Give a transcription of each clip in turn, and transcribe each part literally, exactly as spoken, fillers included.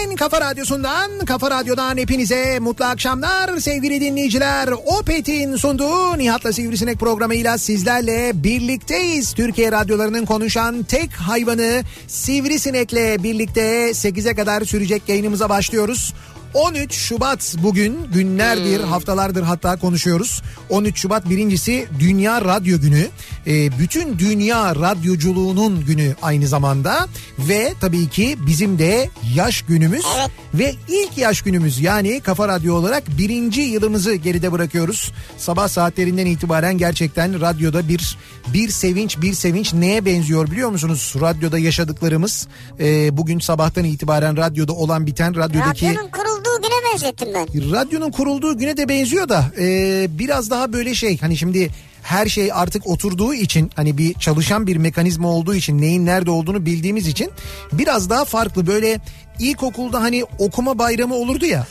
Türkiye'nin Kafa Radyosu'ndan, Kafa Radyo'dan hepinize mutlu akşamlar sevgili dinleyiciler. Opet'in sunduğu Nihat'la Sivrisinek programıyla sizlerle birlikteyiz. Türkiye radyolarının konuşan tek hayvanı Sivrisinek'le birlikte sekize kadar sürecek yayınımıza başlıyoruz. on üç Şubat bugün, günlerdir, haftalardır hatta konuşuyoruz. on üç Şubat birincisi Dünya Radyo Günü. Ee, bütün dünya radyoculuğunun günü aynı zamanda. Ve tabii ki bizim de yaş günümüz. Evet. Ve ilk yaş günümüz, yani Kafa Radyo olarak birinci yılımızı geride bırakıyoruz. Sabah saatlerinden itibaren gerçekten radyoda bir bir sevinç bir sevinç neye benziyor biliyor musunuz? Radyoda yaşadıklarımız, e, bugün sabahtan itibaren radyoda olan biten, radyodaki... Radyonun kurulduğu güne benzettim ben. Radyonun kurulduğu güne de benziyor da e, biraz daha böyle şey, hani şimdi her şey artık oturduğu için, hani bir çalışan bir mekanizma olduğu için, neyin nerede olduğunu bildiğimiz için biraz daha farklı. Böyle ilkokulda hani okuma bayramı olurdu ya.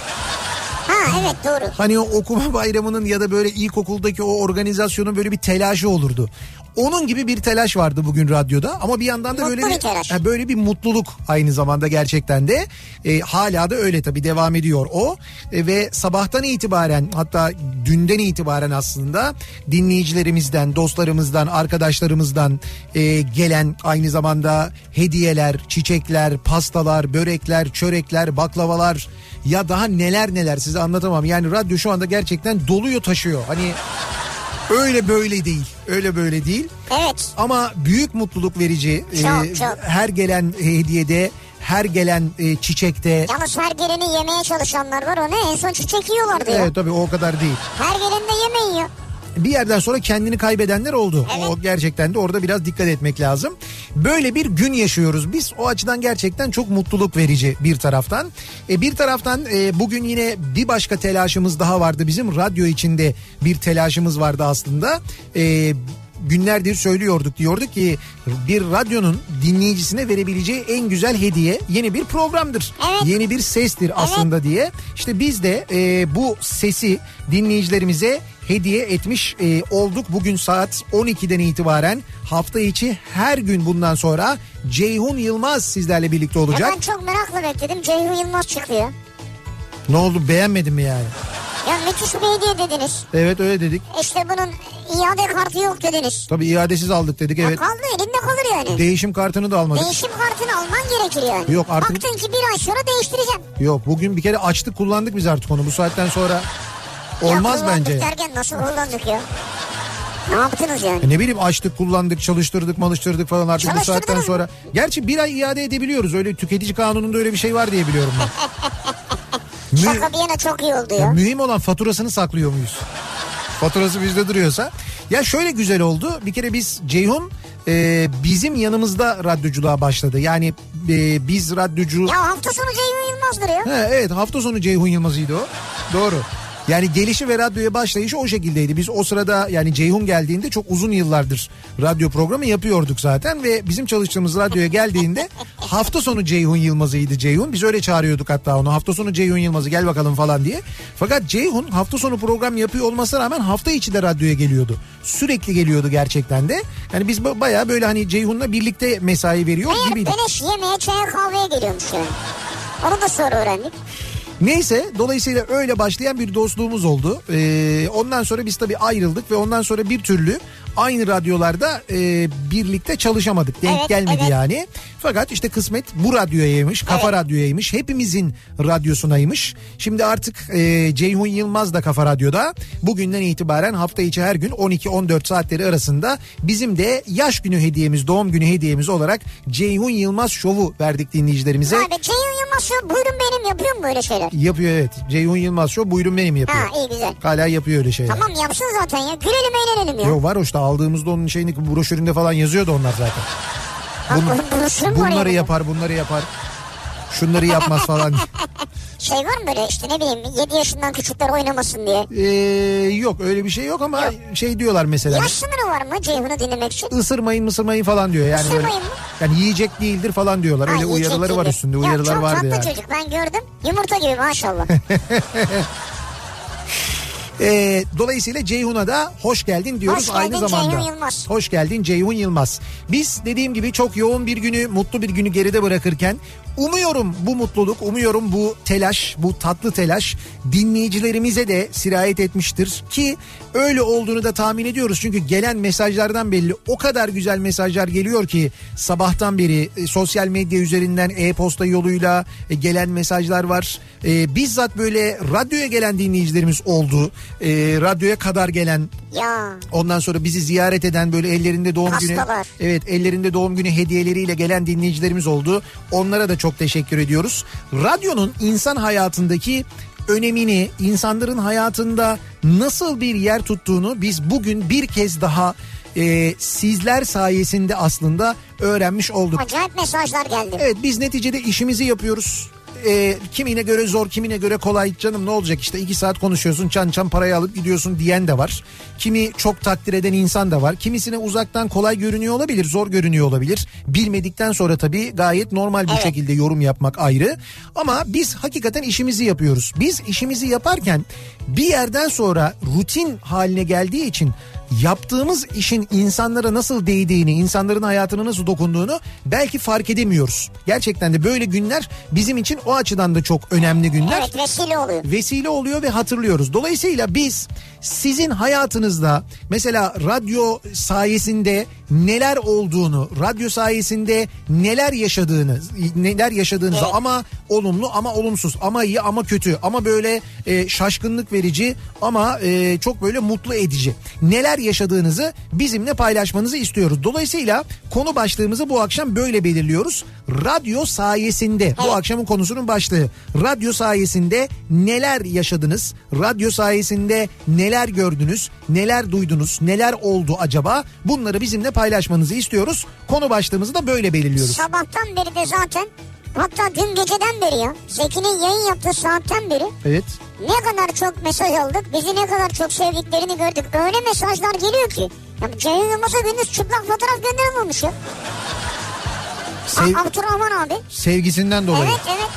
Ha evet, doğru. Hani o okuma bayramının ya da böyle ilkokuldaki o organizasyonun böyle bir telaşı olurdu. Onun gibi bir telaş vardı bugün radyoda, ama bir yandan da Mutlu böyle bir, bir telaş. böyle bir mutluluk aynı zamanda gerçekten de e, hala da öyle tabii, devam ediyor o e, ve sabahtan itibaren, hatta dünden itibaren aslında dinleyicilerimizden, dostlarımızdan, arkadaşlarımızdan e, gelen aynı zamanda hediyeler, çiçekler, pastalar, börekler, çörekler, baklavalar, ya daha neler neler size anlatamam. Yani radyo şu anda gerçekten doluyor, taşıyor. Hani öyle böyle değil. Öyle böyle değil. Evet. Ama büyük mutluluk verici. Çok, e, çok. Her gelen hediyede, her gelen e, çiçekte. Yalnız her geleni yemeye çalışanlar var, o ne? En son çiçek yiyorlardı ya. Evet tabii, o kadar değil. Her gelen de yemeği yiyor. Bir yerden sonra kendini kaybedenler oldu. Evet. O gerçekten de orada biraz dikkat etmek lazım. Böyle bir gün yaşıyoruz biz. O açıdan gerçekten çok mutluluk verici bir taraftan. E, bir taraftan e, bugün yine bir başka telaşımız daha vardı bizim. Radyo içinde bir telaşımız vardı aslında. E, günlerdir söylüyorduk, diyorduk ki bir radyonun dinleyicisine verebileceği en güzel hediye yeni bir programdır. Evet. Yeni bir sestir aslında, evet, diye. İşte biz de e, bu sesi dinleyicilerimize hediye etmiş e, olduk. Bugün saat on ikiden itibaren hafta içi her gün bundan sonra Ceyhun Yılmaz sizlerle birlikte olacak. Ya ben çok merakla bekledim. Ceyhun Yılmaz çıkıyor. Ne oldu, beğenmedin mi yani? Ya müthiş bir hediye dediniz. Evet, öyle dedik. İşte bunun iade kartı yok dediniz. Tabii iadesiz aldık dedik, evet. Ya kaldı, elinde kalır yani. Değişim kartını da almadık. Değişim kartını alman gerekir yani. Yok artık. Baktın ki bir ay sonra değiştireceğim. Yok, bugün bir kere açtık, kullandık biz artık onu. Bu saatten sonra olmaz ya bence. Ya derken nasıl kullandık ya? Ne yaptınız yani? E ne bileyim, açtık, kullandık, çalıştırdık, malıştırdık falan, artık bu saatten sonra. Gerçi bir ay iade edebiliyoruz. Öyle tüketici kanununda öyle bir şey var diye biliyorum ben. Şaka bir yana çok iyi oldu ya. ya. Mühim olan faturasını saklıyor muyuz? Faturası bizde duruyorsa. Ya şöyle güzel oldu. Bir kere biz, Ceyhun e, bizim yanımızda radyoculuğa başladı. Yani e, biz radyocu... Ya hafta sonu Ceyhun Yılmaz'dır ya. He, evet, hafta sonu Ceyhun Yılmaz'ıydı o. Doğru. Yani gelişi ve radyoya başlayışı o şekildeydi. Biz o sırada, yani Ceyhun geldiğinde çok uzun yıllardır radyo programı yapıyorduk zaten ve bizim çalıştığımız radyoya geldiğinde hafta sonu Ceyhun Yılmaz'ıydı Ceyhun. Biz öyle çağırıyorduk hatta onu. Hafta sonu Ceyhun Yılmaz'ı, gel bakalım falan diye. Fakat Ceyhun hafta sonu program yapıyor olmasına rağmen hafta içi de radyoya geliyordu. Sürekli geliyordu gerçekten de. Yani biz bayağı böyle hani Ceyhun'la birlikte mesai veriyor Meğer gibiydik. beleş yemeğe, çaya, kahveye geliyormuş yani. Onu da sonra öğrendik. Neyse, dolayısıyla öyle başlayan bir dostluğumuz oldu. Ee, ondan sonra biz tabii ayrıldık ve ondan sonra bir türlü aynı radyolarda e, birlikte çalışamadık. Denk evet, gelmedi evet. yani. Fakat işte kısmet bu radyoyaymış, Kafa evet. Radyoyaymış, hepimizin radyosunaymış. Şimdi artık e, Ceyhun Yılmaz da Kafa Radyo'da. Bugünden itibaren hafta içi her gün on iki on dört saatleri arasında bizim de yaş günü hediyemiz, doğum günü hediyemiz olarak Ceyhun Yılmaz Şov'u verdik dinleyicilerimize. Abi Ceyhun Yılmaz Şov, buyurun benim, yapıyor mu böyle şeyler? Yapıyor, evet. Ceyhun Yılmaz Şov, buyurun benim yapıyor. Ha, iyi, güzel. Hala yapıyor öyle şeyler. Tamam, yapsın zaten ya. Gülelim, eğlenelim ya. Yok, var o işte, aldığımızda onun şeyini, broşüründe falan yazıyordu onlar zaten. Bun, bunları yapar, bunları yapar. Şunları yapmaz falan. Şey var mı böyle, işte ne bileyim, yedi yaşından küçükler oynamasın diye? Ee, yok öyle bir şey yok ama yok. Şey diyorlar mesela. Yaş sınırı var mı Ceyhun'u dinlemek için? Isırmayın mısırmayın falan diyor. Yani Isırmayın böyle, mı? Yani yiyecek değildir falan diyorlar. Ha, öyle uyarıları değildir. Var üstünde, uyarılar vardı yani. Çok tatlı çocuk, ben gördüm. Yumurta gibi maşallah. E, dolayısıyla Ceyhun'a da hoş geldin diyoruz. Hoş geldin aynı zamanda. Ceyhun Yılmaz. Hoş geldin Ceyhun Yılmaz. Biz dediğim gibi çok yoğun bir günü, mutlu bir günü geride bırakırken Umuyorum bu mutluluk, umuyorum bu telaş, bu tatlı telaş dinleyicilerimize de sirayet etmiştir ki öyle olduğunu da tahmin ediyoruz. Çünkü gelen mesajlardan belli, o kadar güzel mesajlar geliyor ki sabahtan beri e, sosyal medya üzerinden e-posta yoluyla e, gelen mesajlar var. E, bizzat böyle radyoya gelen dinleyicilerimiz oldu. E, radyoya kadar gelen, ya. Ondan sonra bizi ziyaret eden, böyle ellerinde doğum günü, Hastalar. evet ellerinde doğum günü hediyeleriyle gelen dinleyicilerimiz oldu. Onlara da çok teşekkür ediyoruz. Radyonun insan hayatındaki önemini, insanların hayatında nasıl bir yer tuttuğunu biz bugün bir kez daha e, sizler sayesinde aslında öğrenmiş olduk. Acayip mesajlar geldi. Evet, biz neticede işimizi yapıyoruz. E, kimine göre zor, kimine göre kolay. Canım ne olacak işte, iki saat konuşuyorsun, çan çan parayı alıp gidiyorsun diyen de var. Kimi çok takdir eden insan da var. Kimisine uzaktan kolay görünüyor olabilir, zor görünüyor olabilir. Bilmedikten sonra tabii gayet normal bir evet. şekilde yorum yapmak ayrı. Ama biz hakikaten işimizi yapıyoruz. Biz işimizi yaparken bir yerden sonra rutin haline geldiği için yaptığımız işin insanlara nasıl değdiğini, insanların hayatına nasıl dokunduğunu belki fark edemiyoruz. Gerçekten de böyle günler bizim için o açıdan da çok önemli günler. Evet, vesile oluyor. Vesile oluyor ve hatırlıyoruz. Dolayısıyla biz sizin hayatınızda mesela radyo sayesinde neler olduğunu, radyo sayesinde neler yaşadığını, neler yaşadığınızı, evet. ama olumlu ama olumsuz, ama iyi ama kötü, ama böyle e, şaşkınlık verici ama e, çok böyle mutlu edici, neler yaşadığınızı bizimle paylaşmanızı istiyoruz. Dolayısıyla konu başlığımızı bu akşam böyle belirliyoruz. Radyo sayesinde, evet. bu akşamın konusunun başlığı. Radyo sayesinde neler yaşadınız? Radyo sayesinde neler gördünüz? Neler duydunuz? Neler oldu acaba? Bunları bizimle paylaşmanızı istiyoruz. Konu başlığımızı da böyle belirliyoruz. Sabahtan beri de zaten, hatta dün geceden beri ya, Zeki'nin yayın yaptığı saatten beri. Evet. Ne kadar çok mesaj aldık, bizi ne kadar çok sevdiklerini gördük. Öyle mesajlar geliyor ki. Ya Ceyhun Yılmaz'a gündüz çıplak fotoğraf gönderen olmuş ya. Sev... Abdurrahman abi. Sevgisinden dolayı. Evet evet.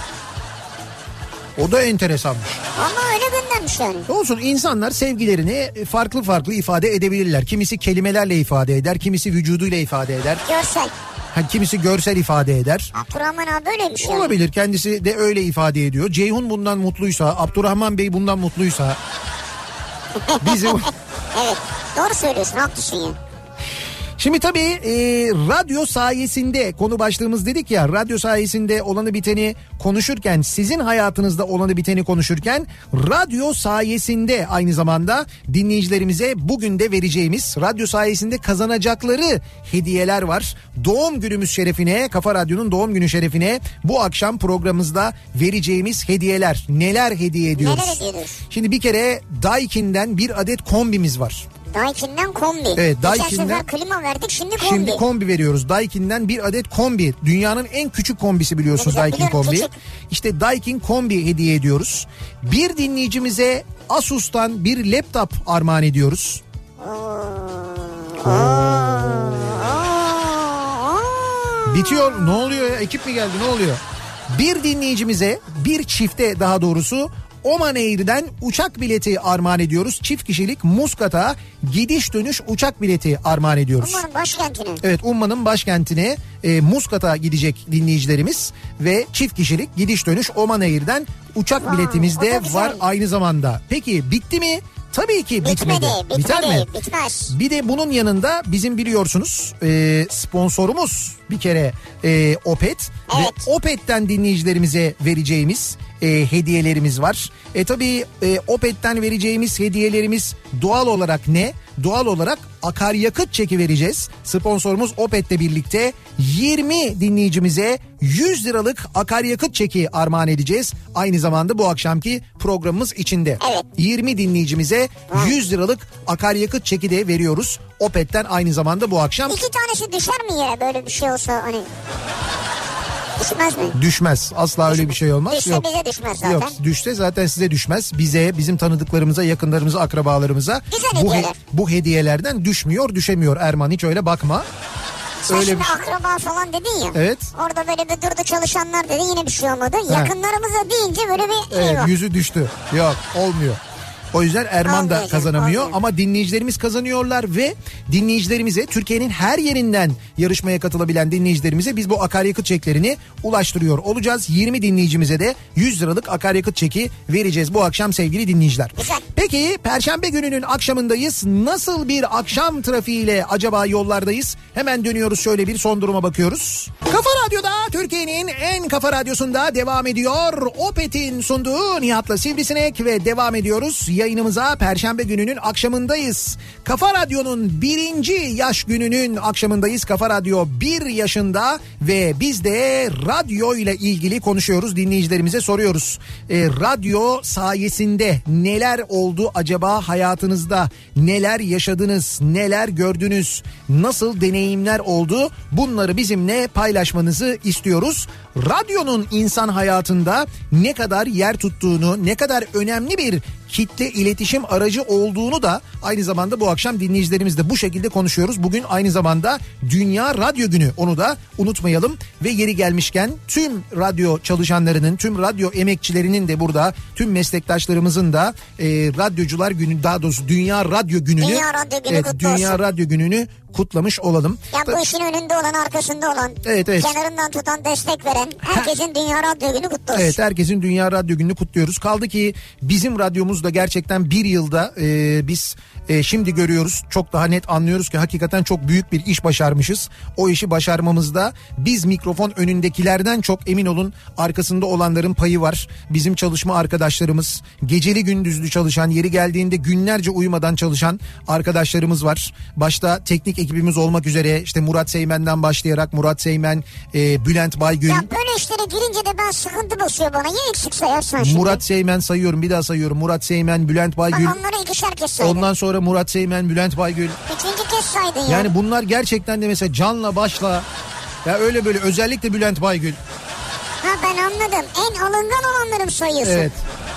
O da enteresanmış. Ama öyle göndermiş yani. Olsun, insanlar sevgilerini farklı farklı ifade edebilirler. Kimisi kelimelerle ifade eder, kimisi vücuduyla ifade eder. Görsel. Ha, kimisi görsel ifade eder. Abdurrahman abi böyleymiş yani. Olabilir, kendisi de öyle ifade ediyor. Ceyhun bundan mutluysa, Abdurrahman Bey bundan mutluysa. Bizim... Evet, doğru söylüyorsun, haklısın ya. Şimdi tabii e, radyo sayesinde konu başlığımız dedik ya, radyo sayesinde olanı biteni konuşurken, sizin hayatınızda olanı biteni konuşurken, radyo sayesinde aynı zamanda dinleyicilerimize bugün de vereceğimiz, radyo sayesinde kazanacakları hediyeler var. Doğum günümüz şerefine, Kafa Radyo'nun doğum günü şerefine bu akşam programımızda vereceğimiz hediyeler, neler hediye ediyoruz? Neler hediye ediyoruz? Şimdi bir kere Daikin'den bir adet kombimiz var. Daikin'den kombi. Evet, Daikin'den. Daikin'den. Geçen sefer klima verdik, şimdi kombi. Şimdi kombi veriyoruz. Daikin'den bir adet kombi. Dünyanın en küçük kombisi biliyorsunuz, Güzel, Daikin kombi. küçük. İşte Daikin kombi hediye ediyoruz. Bir dinleyicimize Asus'tan bir laptop armağan ediyoruz. Oo. Oo. Oo. Bitiyor. Ne oluyor ya? Ekip mi geldi? Ne oluyor? Bir dinleyicimize, bir çifte daha doğrusu, Oman Air'den uçak bileti armağan ediyoruz. Çift kişilik Muskat'a gidiş dönüş uçak bileti armağan ediyoruz. Umman'ın başkentine. Evet, Umman'ın başkentine e, Muskat'a gidecek dinleyicilerimiz ve çift kişilik gidiş dönüş Oman Air'den uçak Vay, biletimiz de güzel. var aynı zamanda. Peki bitti mi? Tabii ki bitmedi. Bitmedi, bitmedi, Biter mi? bitmez. Bir de bunun yanında bizim biliyorsunuz e, sponsorumuz bir kere e, Opet. Evet. Ve Opet'ten dinleyicilerimize vereceğimiz e, hediyelerimiz var. E tabii e, Opet'ten vereceğimiz hediyelerimiz doğal olarak ne? Doğal olarak akaryakıt çeki vereceğiz. Sponsorumuz Opet'le birlikte yirmi dinleyicimize yüz liralık akaryakıt çeki armağan edeceğiz. Aynı zamanda bu akşamki programımız içinde. Evet. yirmi dinleyicimize yüz liralık akaryakıt çeki de veriyoruz. Opet'ten aynı zamanda bu akşam. İki tanesi düşer mi yere, böyle bir şey olsa hani? Düşmez mi? Düşmez. Asla öyle bir şey olmaz. Düşse Yok. bize düşmez zaten. Yok, düşse zaten size düşmez. Bize, bizim tanıdıklarımıza, yakınlarımıza, akrabalarımıza Güzel bu, he, hediyeler. bu hediyelerden düşmüyor, düşemiyor. Erman, hiç öyle bakma. Sen öyle şimdi bir şey. akraba falan dedin ya. Evet. Orada böyle bir durdu çalışanlar dedi, yine bir şey olmadı. Yakınlarımıza deyince böyle bir Evet, eyvah. yüzü düştü. Yok, olmuyor. O yüzden Erman da kazanamıyor olmuyor. Ama dinleyicilerimiz kazanıyorlar ve dinleyicilerimize, Türkiye'nin her yerinden yarışmaya katılabilen dinleyicilerimize biz bu akaryakıt çeklerini ulaştırıyor olacağız. yirmi dinleyicimize de yüz liralık akaryakıt çeki vereceğiz bu akşam sevgili dinleyiciler. Güzel. Peki Perşembe gününün akşamındayız. Nasıl bir akşam trafiğiyle acaba yollardayız? Hemen dönüyoruz, şöyle bir son duruma bakıyoruz. Kafa Radyo'da, Türkiye'nin en kafa radyosunda devam ediyor. Opet'in sunduğu Nihat'la Sivrisinek ve devam ediyoruz. Yayınımıza Perşembe gününün akşamındayız. Kafa Radyo'nun birinci yaş gününün akşamındayız. Kafa Radyo bir yaşında ve biz de radyo ile ilgili konuşuyoruz. Dinleyicilerimize soruyoruz. E, radyo sayesinde neler oldu acaba hayatınızda? Neler yaşadınız? Neler gördünüz? Nasıl deneyimler oldu? Bunları bizimle paylaşmanızı istiyoruz. Radyonun insan hayatında ne kadar yer tuttuğunu, ne kadar önemli bir kitle iletişim aracı olduğunu da aynı zamanda bu akşam dinleyicilerimizle bu şekilde konuşuyoruz. Bugün aynı zamanda Dünya Radyo Günü, onu da unutmayalım ve yeri gelmişken tüm radyo çalışanlarının, tüm radyo emekçilerinin de burada, tüm meslektaşlarımızın da e, Radyocular Günü, daha doğrusu Dünya Radyo Günü'nü, Dünya Radyo Günü evet, kutlu Dünya olsun. Radyo Günü'nü kutlamış olalım. Ya bu işin önünde olan, arkasında olan, evet, evet. kenarından tutan, destek veren herkesin Dünya Radyo Günü kutlu olsun. Evet, herkesin Dünya Radyo Günü'nü kutluyoruz. Kaldı ki bizim radyomuz da gerçekten bir yılda e, biz e, şimdi görüyoruz, çok daha net anlıyoruz ki hakikaten çok büyük bir iş başarmışız. O işi başarmamızda biz mikrofon önündekilerden çok, emin olun, arkasında olanların payı var. Bizim çalışma arkadaşlarımız, geceli gündüzlü çalışan, yeri geldiğinde günlerce uyumadan çalışan arkadaşlarımız var. Başta teknik ekibimiz olmak üzere, işte Murat Seymen'den başlayarak Murat Seymen, e, Bülent Baygül. Ya böyle işlere girince de ben sıkıntı basıyor bana. Ya eksik sayarsan şimdi. Murat Seymen sayıyorum, bir daha sayıyorum. Murat Seymen, Bülent Baygül. Bak onları ikişer kez saydın. Ondan sonra Murat Seymen, Bülent Baygül. İkinci kez saydın ya. Yani bunlar gerçekten de mesela canla başla. Ya öyle böyle, özellikle Bülent Baygül. Ha ben anladım. En alıngan olanları mı sayıyorsun? Evet.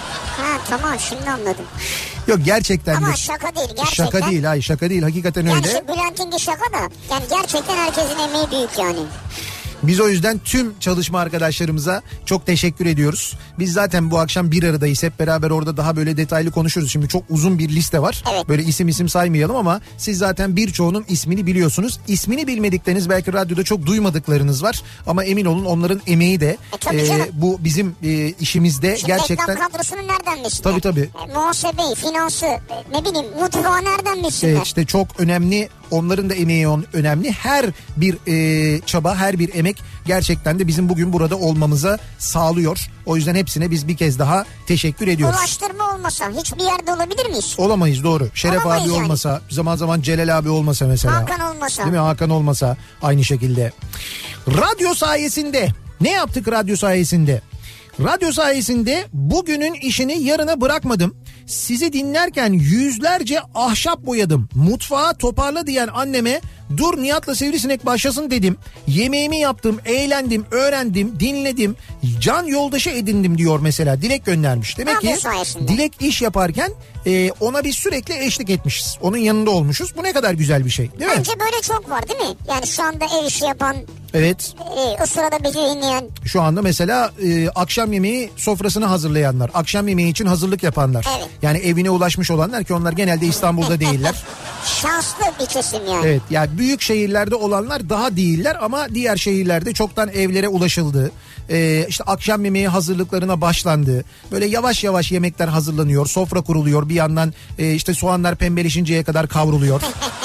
Ha tamam, şimdi anladım. Yok gerçekten. Ama de. şaka değil gerçekten. Şaka değil, hayır şaka değil, hakikaten öyle. Gerçi Bülent'in de şaka da. Yani gerçekten herkesin emeği büyük yani. Biz o yüzden tüm çalışma arkadaşlarımıza çok teşekkür ediyoruz. Biz zaten bu akşam bir aradayız. Hep beraber orada daha böyle detaylı konuşuruz. Şimdi çok uzun bir liste var. Evet. Böyle isim isim saymayalım ama siz zaten birçoğunun ismini biliyorsunuz. İsmini bilmedikleriniz, belki radyoda çok duymadıklarınız var. Ama emin olun onların emeği de e, e, bu bizim e, işimizde şimdi gerçekten. reklam kadrosunu nereden bilsinler? Tabii tabii. E, muhasebeyi, finansı, e, ne bileyim mutfağı nereden bilsinler? Evet, işte çok önemli. Onların da emeği önemli. Her bir e, çaba, her bir emek gerçekten de bizim bugün burada olmamıza sağlıyor. O yüzden hepsine biz bir kez daha teşekkür ediyoruz. Ulaştırma olmasa hiçbir yerde olabilir miyiz? Olamayız, doğru. Şeref Olamayız abi yani. olmasa, zaman zaman Celal abi olmasa mesela. Hakan olmasa. Değil mi? Hakan olmasa aynı şekilde. Radyo sayesinde ne yaptık radyo sayesinde? Radyo sayesinde bugünün işini yarına bırakmadım. Sizi dinlerken yüzlerce ahşap boyadım. Mutfağı toparla diyen anneme dur Nihat'la Sivrisinek başlasın dedim. Yemeğimi yaptım, eğlendim, öğrendim, dinledim. Can yoldaşı edindim diyor mesela. Dilek göndermiş. Demek Radyo ki sayesinde. Dilek iş yaparken e, ona biz sürekli eşlik etmişiz. Onun yanında olmuşuz. Bu ne kadar güzel bir şey, değil mi? Bence böyle çok var değil mi? Yani şu anda ev işi yapan, Evet. e, o sırada bizi dinleyen. Şu anda mesela e, akşam yemeği sofrasını hazırlayanlar, akşam yemeği için hazırlık yapanlar. Evet. Yani evine ulaşmış olanlar, ki onlar genelde İstanbul'da değiller. Şanslı bir kesim yani. Evet, yani büyük şehirlerde olanlar daha değiller ama diğer şehirlerde çoktan evlere ulaşıldı. Ee, işte akşam yemeği hazırlıklarına başlandı. Böyle yavaş yavaş yemekler hazırlanıyor, sofra kuruluyor. Bir yandan e, işte soğanlar pembeleşinceye kadar kavruluyor.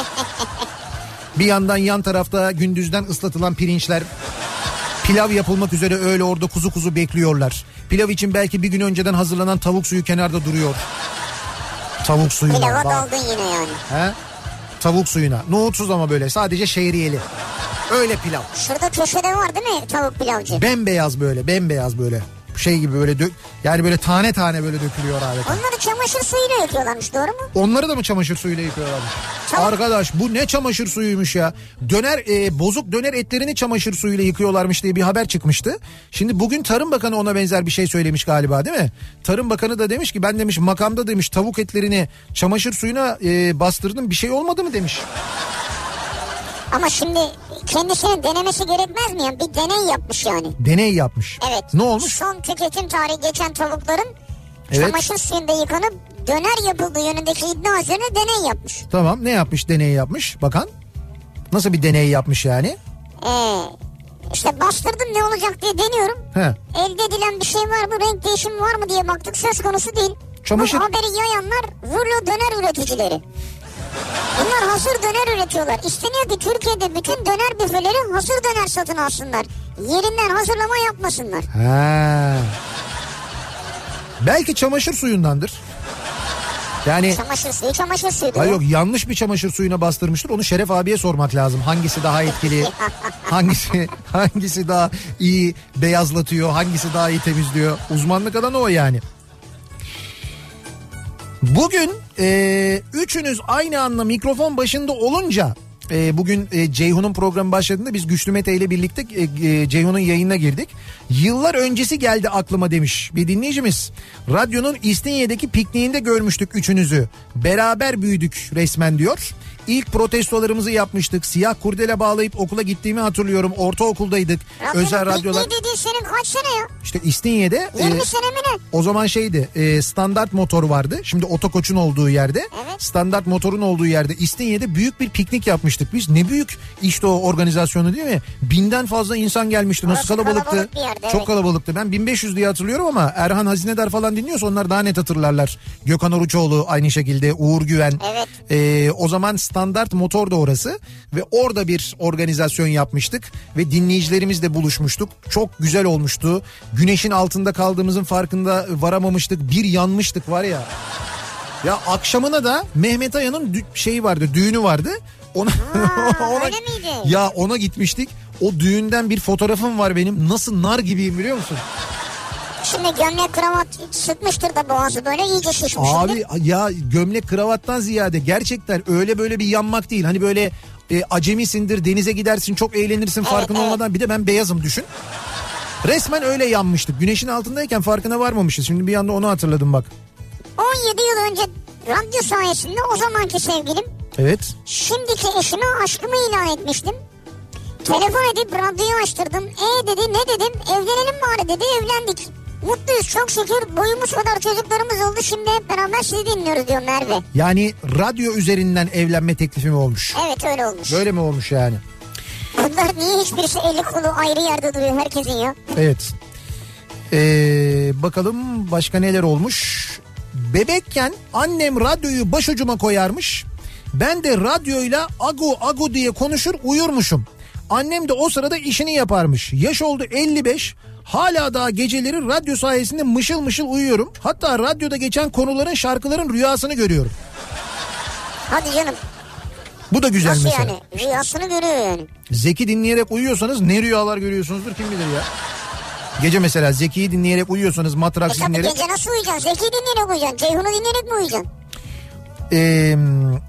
Bir yandan yan tarafta gündüzden ıslatılan pirinçler, pilav yapılmak üzere öyle orada kuzu kuzu bekliyorlar. Pilav için belki bir gün önceden hazırlanan tavuk suyu kenarda duruyor. Tavuk suyuna. Pilava bak. daldın yine yani. He? Tavuk suyuna. Nohutsuz ama böyle sadece şehriyeli. Öyle pilav. Şurada köşede var değil mi tavuk pilavcı? Bembeyaz böyle, bembeyaz böyle. Şey gibi böyle dök, yani böyle tane tane böyle dökülüyor adeta. Onları çamaşır suyuyla yıkıyorlarmış, doğru mu? Onları da mı çamaşır suyuyla yıkıyorlarmış? Tamam. Arkadaş bu ne çamaşır suyuymuş ya. Döner e, bozuk döner etlerini çamaşır suyuyla yıkıyorlarmış diye bir haber çıkmıştı. Şimdi bugün Tarım Bakanı ona benzer bir şey söylemiş galiba, değil mi? Tarım Bakanı da demiş ki ben demiş makamda demiş tavuk etlerini çamaşır suyuna e, bastırdım, bir şey olmadı mı demiş. Ama şimdi kendisinin denemesi gerekmez mi? Yani bir deney yapmış yani. Deney yapmış. Evet. Ne olmuş? Son tüketim tarihi geçen tavukların Evet. Çamaşır suyunda yıkanıp döner yapıldığı yönündeki iddia üzerine deney yapmış. Tamam, ne yapmış, deney yapmış bakan? Nasıl bir deney yapmış yani? Ee, işte bastırdım ne olacak diye deniyorum. He. Elde edilen bir şey var mı, renk değişimi var mı diye baktık, söz konusu değil. Çamaşır... Bu haberi yayanlar rulo döner üreticileri. Bunlar hazır döner üretiyorlar. İsteniyor ki Türkiye'de bütün döner büfeleri hazır döner satın alsınlar. Yerinden hazırlama yapmasınlar. Ha. Belki çamaşır suyundandır. Yani çamaşır suyu çamaşır suyu. Hayır yok, yanlış bir çamaşır suyuna bastırmıştır. Onu Şeref abiye sormak lazım. Hangisi daha etkili? hangisi hangisi daha iyi beyazlatıyor? Hangisi daha iyi temizliyor? Uzmanlık alanı o yani. Bugün e, üçünüz aynı anda mikrofon başında olunca e, bugün e, Ceyhun'un programı başladığında biz Güçlü Mete ile birlikte e, e, Ceyhun'un yayınına girdik. Yıllar öncesi geldi aklıma demiş bir dinleyicimiz. Radyonun İstinye'deki pikniğinde görmüştük üçünüzü. Beraber büyüdük resmen diyor. İlk protestolarımızı yapmıştık. Siyah kurdele bağlayıp okula gittiğimi hatırlıyorum. Ortaokuldaydık. Radyonun özel radyolar. Pikniği dediğin senin kaç sene ya? İşte İstinye'de. yirmi e, sene mi ne? O zaman şeydi, e, standart motor vardı. Şimdi otokoçun olduğu yerde. Evet. Standart motorun olduğu yerde İstinye'de büyük bir piknik yapmıştık biz. Ne büyük işte o organizasyonu değil mi? Binden fazla insan gelmişti. Nasıl Orası kalabalıktı? kalabalık bir yerde, Çok evet. kalabalıktı. Ben bin beş yüz diye hatırlıyorum ama Erhan Hazinedar falan dinliyorsa onlar daha net hatırlarlar. Gökhan Oruçoğlu aynı şekilde, Uğur Güven. Evet. E, o zaman standart motor da orası ve orada bir organizasyon yapmıştık ve dinleyicilerimizle buluşmuştuk. Çok güzel olmuştu. Güneşin altında kaldığımızın farkında varamamıştık. Bir yanmıştık var ya. Ya akşamına da Mehmet Aya'nın dü- şeyi vardı, düğünü vardı. Ona, Aa, ona öyle miydi? Ya ona gitmiştik. O düğünden bir fotoğrafım var benim. Nasıl nar gibiyim biliyor musun? Şimdi gömlek kravat sıkmıştır da boğazı böyle iyice şişmiştir. Abi ya gömlek kravattan ziyade gerçekten öyle böyle bir yanmak değil. Hani böyle e, acemisindir, denize gidersin, çok eğlenirsin Evet, farkında evet. olmadan. Bir de ben beyazım düşün. Resmen öyle yanmıştık. Güneşin altındayken farkına varmamışız. Şimdi bir anda onu hatırladım bak. on yedi yıl önce radyo sayesinde o zamanki sevgilim, Evet. şimdiki eşime aşkımı ilan etmiştim. Telefon edip radyoyu açtırdım. E dedi, ne dedim, evlenelim bari dedi, evlendik. Mutluyuz çok şükür, boyumuz kadar çocuklarımız oldu, şimdi hep beraber sizi dinliyoruz diyor Merve. Yani radyo üzerinden evlenme teklifi mi olmuş? Evet öyle olmuş. Böyle mi olmuş yani? Bunlar niye hiçbirisi eli kolu ayrı yerde duruyor herkesin ya? Evet. Ee, bakalım başka neler olmuş. Bebekken annem radyoyu başucuma koyarmış. Ben de radyoyla agu agu diye konuşur uyurmuşum. Annem de o sırada işini yaparmış. Yaş oldu elli beş. Hala daha geceleri radyo sayesinde mışıl mışıl uyuyorum. Hatta radyoda geçen konuların, şarkıların rüyasını görüyorum. Hadi canım. Bu da güzel Nasıl mesela. yani? Rüyasını görüyor yani. Zeki dinleyerek uyuyorsanız ne rüyalar görüyorsunuzdur kim bilir ya. Gece mesela Zeki'yi dinleyerek uyuyorsanız, Matrax E tabii dinleyerek. gece nasıl uyuyacaksın? Zeki dinleyerek uyuyacaksın. Ceyhun'u dinleyerek mi uyuyacaksın? Ee,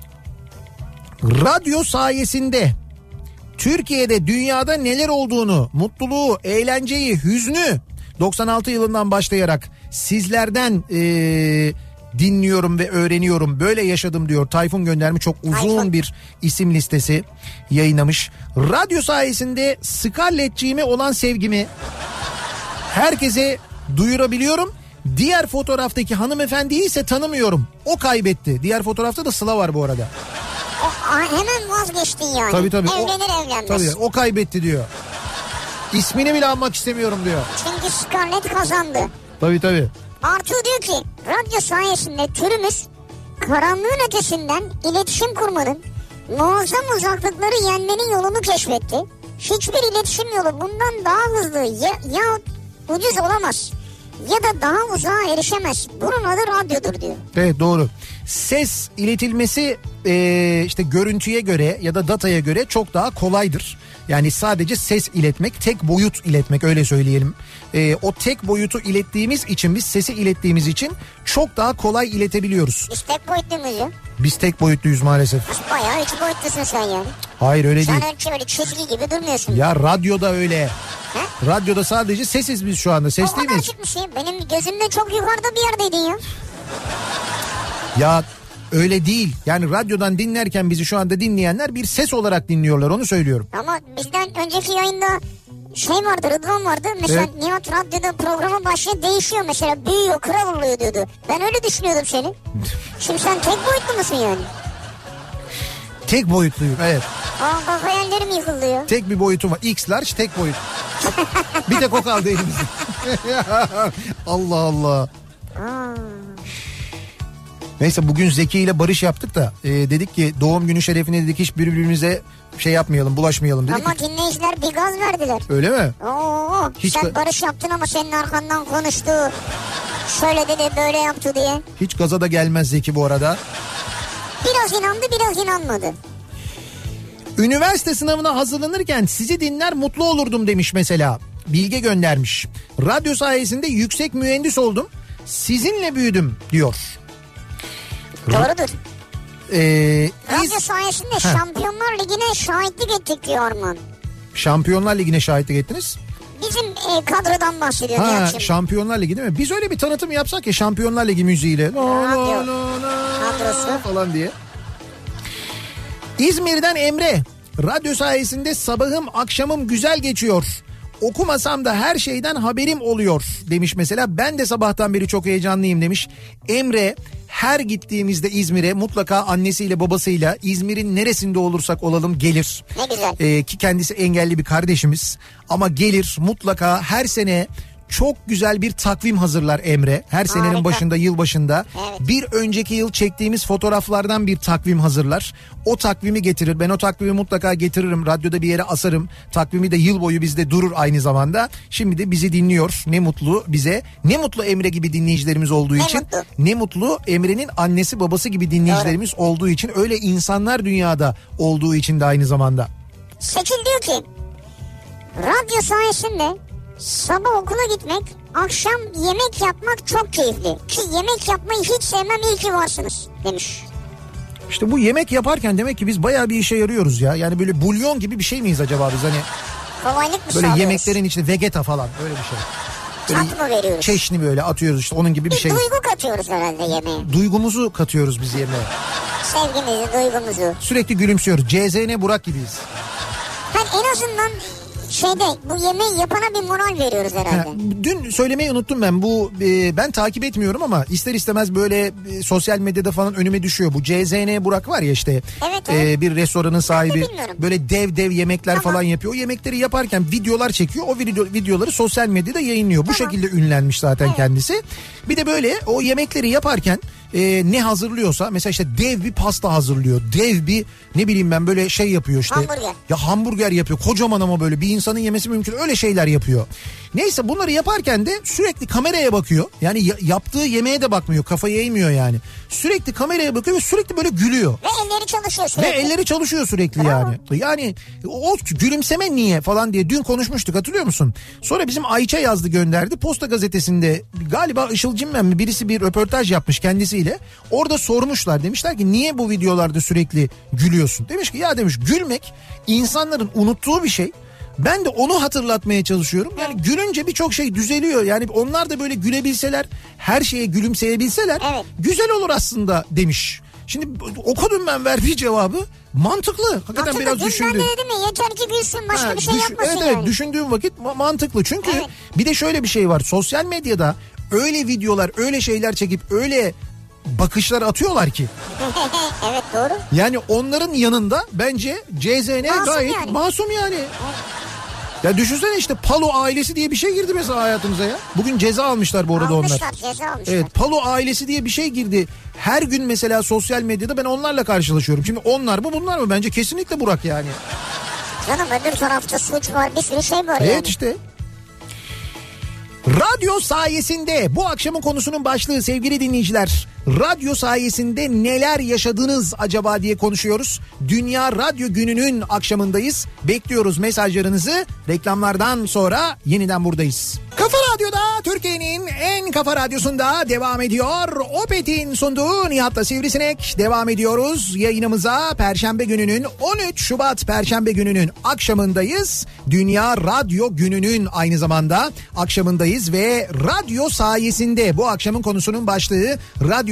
radyo sayesinde Türkiye'de, dünyada neler olduğunu, mutluluğu, eğlenceyi, hüznü doksan altı yılından başlayarak sizlerden ee, dinliyorum ve öğreniyorum. Böyle yaşadım diyor. Tayfun göndermiş, çok uzun Tayfun. bir isim listesi yayınlamış. Radyo sayesinde Scarlett'ciğime olan sevgimi herkese duyurabiliyorum. Diğer fotoğraftaki hanımefendiyi ise tanımıyorum. O kaybetti. Diğer fotoğrafta da Sıla var bu arada. O, a, hemen vazgeçtin yani. Tabii tabii. Evlenir o, evlenmez. Tabii o kaybetti diyor. İsmini bile almak istemiyorum diyor. Çünkü Scarlett kazandı. Tabii tabii. Artu diyor ki radyo sayesinde türümüz karanlığın ötesinden iletişim kurmanın, muazzam uzaklıkları yenmenin yolunu keşfetti. Hiçbir iletişim yolu bundan daha hızlı ya, ya ucuz olamaz ya da daha uzağa erişemez. Bunun adı radyodur diyor. Evet doğru. Ses iletilmesi e, işte görüntüye göre ya da dataya göre çok daha kolaydır. Yani sadece ses iletmek, tek boyut iletmek, öyle söyleyelim. E, o tek boyutu ilettiğimiz için, biz sesi ilettiğimiz için çok daha kolay iletebiliyoruz. Biz tek boyutluyuz ya. Biz tek boyutluyuz maalesef. Bayağı üç boyutlusun sen yani. Hayır öyle Sen değil. önce öyle çizgi gibi durmuyorsun. Ya radyoda öyle. He? Radyoda sadece sesiz biz şu anda. Ses o değil kadar miyiz? çıkmış ya. Benim gözümde çok yukarıda bir yerdeydin ya. Ya öyle değil. Yani radyodan dinlerken bizi şu anda dinleyenler bir ses olarak dinliyorlar, onu söylüyorum. Ama bizden önceki yayında şey vardı, Rıdvan vardı. Mesela Evet. Nihat Radyo'da programın başlığı değişiyor mesela. Büyüyor, kral oluyor diyordu. Ben öyle düşünüyordum seni. Şimdi sen tek boyutlu musun yani? Tek boyutluyum, evet. Aa bak hayallerim yıkıldı ya. Tek bir boyutum var. X large tek boyut. Bir tek o kaldı elimizde. Allah Allah. Aa. Neyse bugün Zeki ile barış yaptık da e, dedik ki doğum günü şerefine dedik hiç birbirimize şey yapmayalım, bulaşmayalım dedik. Ama dinleyiciler bir gaz verdiler. Öyle mi? Oo, Hiç sen ga- barış yaptın ama senin arkandan konuştu. Şöyle dedi, böyle yaptı diye. Hiç gaza da gelmez Zeki bu arada. Biraz inandı, biraz inanmadı. Üniversite sınavına hazırlanırken sizi dinler mutlu olurdum demiş mesela. Bilge göndermiş. Radyo sayesinde yüksek mühendis oldum. Sizinle büyüdüm diyor. Doğrudur. Ee, Radyo biz sayesinde Heh. Şampiyonlar Ligi'ne şahitlik ettik diyor Arman. Şampiyonlar Ligi'ne şahitlik ettiniz. Bizim e, kadrodan bahsediyor Ha, Nihat'cığım. Şampiyonlar Ligi değil mi? Biz öyle bir tanıtım yapsak ya Şampiyonlar Ligi müziğiyle. La, la, Radyo. la, la, Kadrosu. falan diye. İzmir'den Emre. Radyo sayesinde sabahım akşamım güzel geçiyor. Okumasam da her şeyden haberim oluyor demiş mesela. Ben de sabahtan beri çok heyecanlıyım demiş. Emre her gittiğimizde İzmir'e mutlaka annesiyle babasıyla İzmir'in neresinde olursak olalım gelir. Ne güzel. Ee, ki kendisi engelli bir kardeşimiz ama gelir mutlaka her sene. Çok güzel bir takvim hazırlar Emre. Her senenin Harika. başında, yıl başında. Evet. Bir önceki yıl çektiğimiz fotoğraflardan bir takvim hazırlar. O takvimi getirir. Ben o takvimi mutlaka getiririm. Radyoda bir yere asarım. Takvimi de yıl boyu bizde durur aynı zamanda. Şimdi de bizi dinliyor. Ne mutlu bize. Ne mutlu Emre gibi dinleyicilerimiz olduğu Ne için. mutlu. Ne mutlu Emre'nin annesi babası gibi dinleyicilerimiz Doğru. olduğu için. Öyle insanlar dünyada olduğu için de aynı zamanda. Seçil diyor ki radyo sayesinde sabah okula gitmek, akşam yemek yapmak çok keyifli. Ki yemek yapmayı hiç sevmem, iyi ki varsınız demiş. İşte bu yemek yaparken demek ki biz bayağı bir işe yarıyoruz ya. Yani böyle bulyon gibi bir şey miyiz acaba biz hani? Kolaylık mı Böyle sağlıyoruz? yemeklerin içinde vegeta falan öyle bir şey. Böyle tat mı veriyoruz? çeşni böyle atıyoruz işte onun gibi bir bir şey. duygu katıyoruz herhalde yemeğe. Duygumuzu katıyoruz biz yemeğe. Sevgimizi, duygumuzu. Sürekli gülümsüyoruz. C Z N Burak gibiyiz. Ben en azından şeyde bu yemeği yapana bir moral veriyoruz herhalde. Ha, dün söylemeyi unuttum ben. Bu e, ben takip etmiyorum ama ister istemez böyle e, sosyal medyada falan önüme düşüyor. Bu C Z N Burak var ya işte. Evet, evet. E, bir restoranın sahibi. bilmiyorum. Böyle dev dev yemekler Tamam. falan yapıyor. O yemekleri yaparken videolar çekiyor. O video, videoları sosyal medyada yayınlıyor. Bu Tamam. şekilde ünlenmiş zaten Evet. kendisi. Bir de böyle o yemekleri yaparken e, ne hazırlıyorsa mesela işte dev bir pasta hazırlıyor. Dev bir ne bileyim ben böyle şey yapıyor işte. Hamburger. Ya hamburger yapıyor. Kocaman ama böyle bir insanın yemesi mümkün. Öyle şeyler yapıyor. Neyse bunları yaparken de sürekli kameraya bakıyor. Yani ya- yaptığı yemeğe de bakmıyor. Kafayı eğmiyor yani. Sürekli kameraya bakıyor ve sürekli böyle gülüyor. Ve elleri çalışıyor Ve sürekli. elleri çalışıyor sürekli Bravo. yani. Yani o gülümseme niye falan diye dün konuşmuştuk hatırlıyor musun? Sonra bizim Ayça yazdı gönderdi. Posta gazetesinde galiba Işıl Cinmen mi birisi bir röportaj yapmış kendisiyle. Orada sormuşlar demişler ki niye bu videolarda sürekli gülüyorsun? Demiş ki ya demiş gülmek insanların unuttuğu bir şey. Ben de onu hatırlatmaya çalışıyorum. Yani gülünce birçok şey düzeliyor. Yani onlar da böyle gülebilseler, her şeye gülümseyebilseler Evet. güzel olur aslında demiş. Şimdi okudum ben verdiği cevabı mantıklı. Hakikaten Mantıklı. biraz Dün düşündüm. ben de dedim ya yeter ki gülsün başka Ha, bir şey düş- yapmasın evet, yani. evet düşündüğüm vakit ma- mantıklı. Çünkü Evet. bir de şöyle bir şey var. Sosyal medyada öyle videolar, öyle şeyler çekip öyle bakışlar atıyorlar ki. Evet doğru. Yani onların yanında bence C Z N Masum gayet yani. masum yani. Ya düşünsene işte Palo ailesi diye bir şey girdi mesela hayatımıza ya. Bugün ceza almışlar bu arada Almışlar, onlar. ceza almışlar. Evet Palo ailesi diye bir şey girdi. Her gün mesela sosyal medyada ben onlarla karşılaşıyorum. Şimdi onlar mı bunlar mı? Bence kesinlikle Burak yani. Canım öbür tarafta suç var, bir sürü şey var Evet yani. işte. Radyo sayesinde bu akşamın konusunun başlığı sevgili dinleyiciler. Radyo sayesinde neler yaşadınız acaba diye konuşuyoruz. Dünya Radyo Günü'nün akşamındayız. Bekliyoruz mesajlarınızı. Reklamlardan sonra yeniden buradayız. Kafa Radyo'da Türkiye'nin en kafa radyosunda devam ediyor. Opet'in sunduğu Nihat'la Sivrisinek devam ediyoruz. Yayınımıza Perşembe gününün on üç Şubat Perşembe gününün akşamındayız. Dünya Radyo Günü'nün aynı zamanda akşamındayız ve radyo sayesinde bu akşamın konusunun başlığı radyo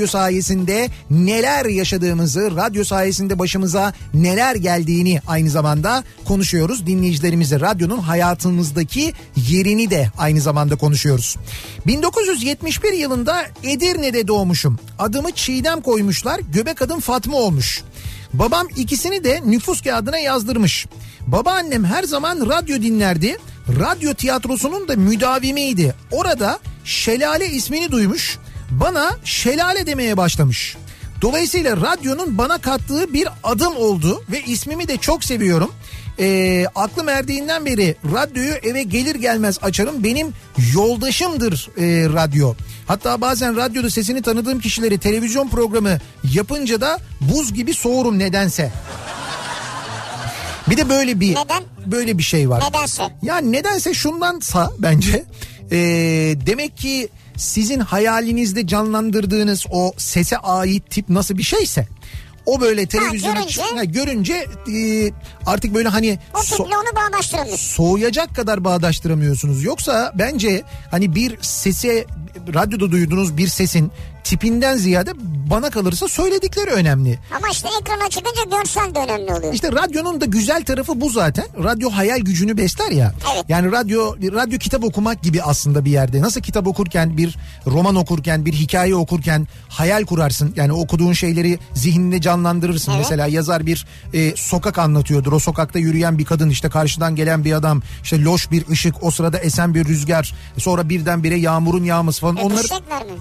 radyo sayesinde neler yaşadığımızı, radyo sayesinde başımıza neler geldiğini aynı zamanda konuşuyoruz. Dinleyicilerimizle radyonun hayatımızdaki yerini de aynı zamanda konuşuyoruz. bin dokuz yüz yetmiş bir yılında Edirne'de doğmuşum. Adımı Çiğdem koymuşlar. Göbek adım Fatma olmuş. Babam ikisini de nüfus kağıdına yazdırmış. Babaannem her zaman radyo dinlerdi. Radyo tiyatrosunun da müdavimiydi. Orada Şelale ismini duymuş. Bana Şelale demeye başlamış. Dolayısıyla radyonun bana kattığı bir adım oldu ve ismimi de çok seviyorum. E, aklım erdiğinden beri radyoyu eve gelir gelmez açarım. Benim yoldaşımdır e, radyo. Hatta bazen radyoda sesini tanıdığım kişileri televizyon programı yapınca da buz gibi soğurum nedense. Bir de böyle bir Neden? böyle bir şey var. Nedense. Ya nedense şundansa bence e, demek ki sizin hayalinizde canlandırdığınız o sese ait tip nasıl bir şeyse o böyle televizyona görünce, ha, görünce e, artık böyle hani o tiple so- onu bağdaştıramıyorsun. soğuyacak kadar bağdaştıramıyorsunuz. Yoksa bence hani bir sese, radyoda duyduğunuz bir sesin tipinden ziyade bana kalırsa söyledikleri önemli. Ama işte ekrana çıkınca görsel de önemli oluyor. İşte radyonun da güzel tarafı bu zaten. Radyo hayal gücünü besler ya. Evet. Yani radyo radyo kitap okumak gibi aslında bir yerde. Nasıl kitap okurken, bir roman okurken, bir hikaye okurken hayal kurarsın. Yani okuduğun şeyleri zihninde canlandırırsın. Evet. Mesela yazar bir e, sokak anlatıyordur. O sokakta yürüyen bir kadın, işte karşıdan gelen bir adam, işte loş bir ışık, o sırada esen bir rüzgar, sonra birdenbire yağmurun yağması falan. Onları... Öpüşecekler mi?